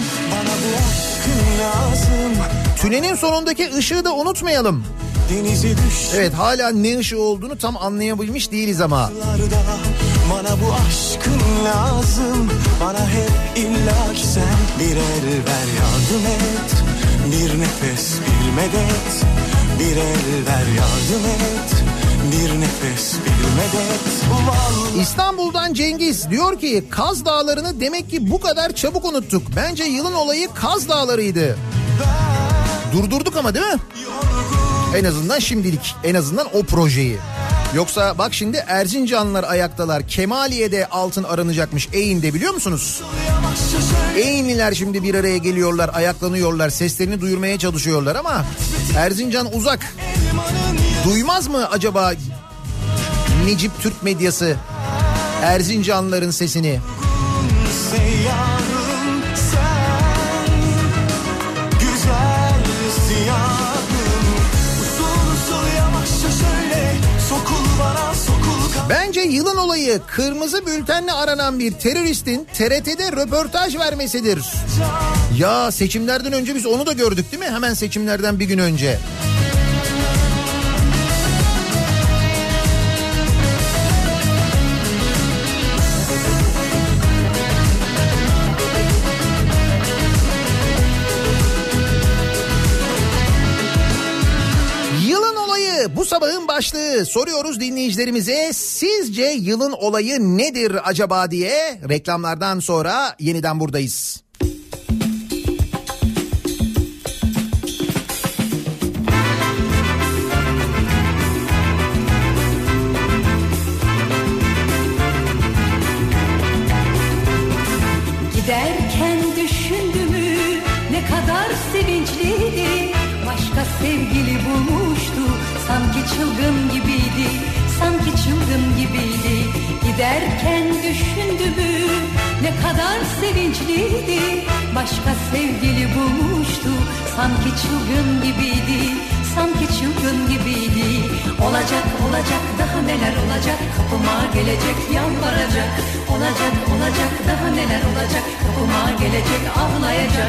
Tünelin sonundaki ışığı da unutmayalım. Evet, hala ne ışığı olduğunu tam anlayabilmiş değiliz ama. Bana bu aşkın lazım, bana hep illa ki sen bir el ver, yardım et, bir nefes, bir medet, bir el ver, yardım et, bir nefes, bir medet. Vallahi... İstanbul'dan Cengiz diyor ki Kaz Dağları'nı demek ki bu kadar çabuk unuttuk. Bence yılın olayı Kaz Dağları'ydı. Durdurduk ama değil mi? En azından şimdilik, en azından o projeyi. Yoksa bak şimdi Erzincanlılar ayaktalar. Kemaliye'de altın aranacakmış, Eğin'de, biliyor musunuz? Eğinliler şimdi bir araya geliyorlar, ayaklanıyorlar, seslerini duyurmaya çalışıyorlar ama Erzincan uzak. Duymaz mı acaba Necip Türk medyası Erzincanlıların sesini? Bence yılın olayı kırmızı bültenle aranan bir teröristin T R T'de röportaj vermesidir. Ya seçimlerden önce biz onu da gördük değil mi? Hemen seçimlerden bir gün önce. Bu sabahın başlığı, soruyoruz dinleyicilerimize, sizce yılın olayı nedir acaba diye. Reklamlardan sonra yeniden buradayız. Giderken düşündüğümü ne kadar sevinçliydi, başka sevgili bulmuştu. Sanki çılgın gibiydi, sanki çılgın gibiydi. Giderken düşündü mü ne kadar sevinçliydi. Başka sevgili bulmuştu, sanki çılgın gibiydi. Sanki çılgın gibiydi. Olacak olacak daha neler olacak, kapıma gelecek yalvaracak. Olacak olacak daha neler olacak, kapıma gelecek ağlayacak.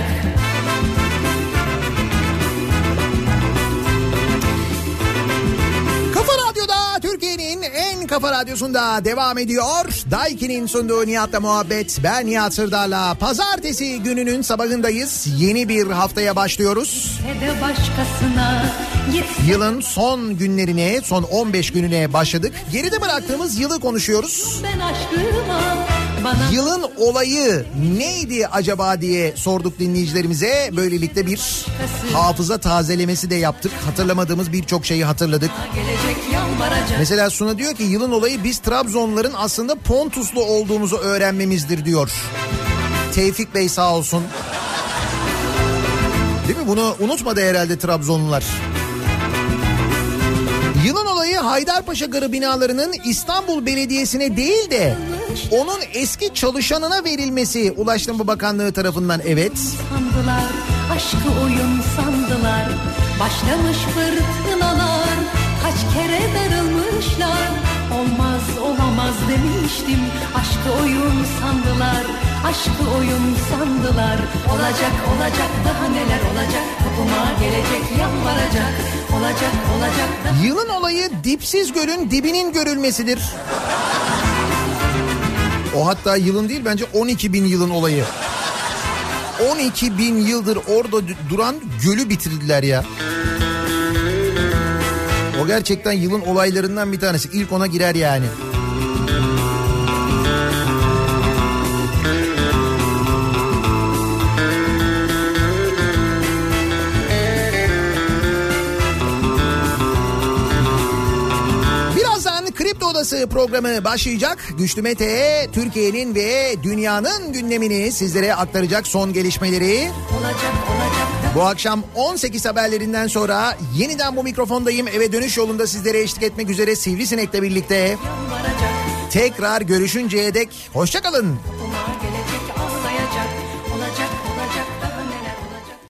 Kafa Radyo'da, Türkiye'nin en kafa radyosunda devam ediyor. Daiki'nin sunduğu Nihat'la muhabbet. Ben Nihat Sırdar'la pazartesi gününün sabahındayız. Yeni bir haftaya başlıyoruz. Başkasına yılın son günlerine, son on beş gününe başladık. Geride bıraktığımız yılı konuşuyoruz. Ben aşkıma bana... Yılın olayı neydi acaba diye sorduk dinleyicilerimize. Böylelikle bir hafıza tazelemesi de yaptık. Hatırlamadığımız birçok şeyi hatırladık. Mesela Suna diyor ki yılın olayı biz Trabzonluların aslında Pontuslu olduğumuzu öğrenmemizdir diyor. Tevfik Bey sağ olsun. Değil mi? Bunu unutmadı herhalde Trabzonlular. Yılın olayı Haydarpaşa Garı binalarının İstanbul Belediyesi'ne değil de onun eski çalışanına verilmesi Ulaştırma Bakanlığı tarafından, evet. Sandılar, aşkı oyun sandılar. Başlamış fırtınalar, kaç kere darılmışlar. Olmaz olamaz demiştim, aşkı oyun sandılar. Aşkı oyun sandılar. Olacak olacak daha neler olacak, kapıma gelecek yalvaracak. Olacak olacak daha... Yılın olayı dipsiz gölün dibinin görülmesidir. O hatta yılın değil, bence on iki bin yılın olayı. on iki bin yıldır orada duran gölü bitirdiler ya. O gerçekten yılın olaylarından bir tanesi. İlk ona girer yani. Kripto Odası programı başlayacak. Güçlü Mete Türkiye'nin ve dünyanın gündemini sizlere aktaracak, son gelişmeleri. Olacak, olacak. Bu akşam on sekiz haberlerinden sonra yeniden bu mikrofondayım. Eve dönüş yolunda sizlere eşlik etmek üzere Sivrisinek'le birlikte. Tekrar görüşünceye dek hoşça kalın.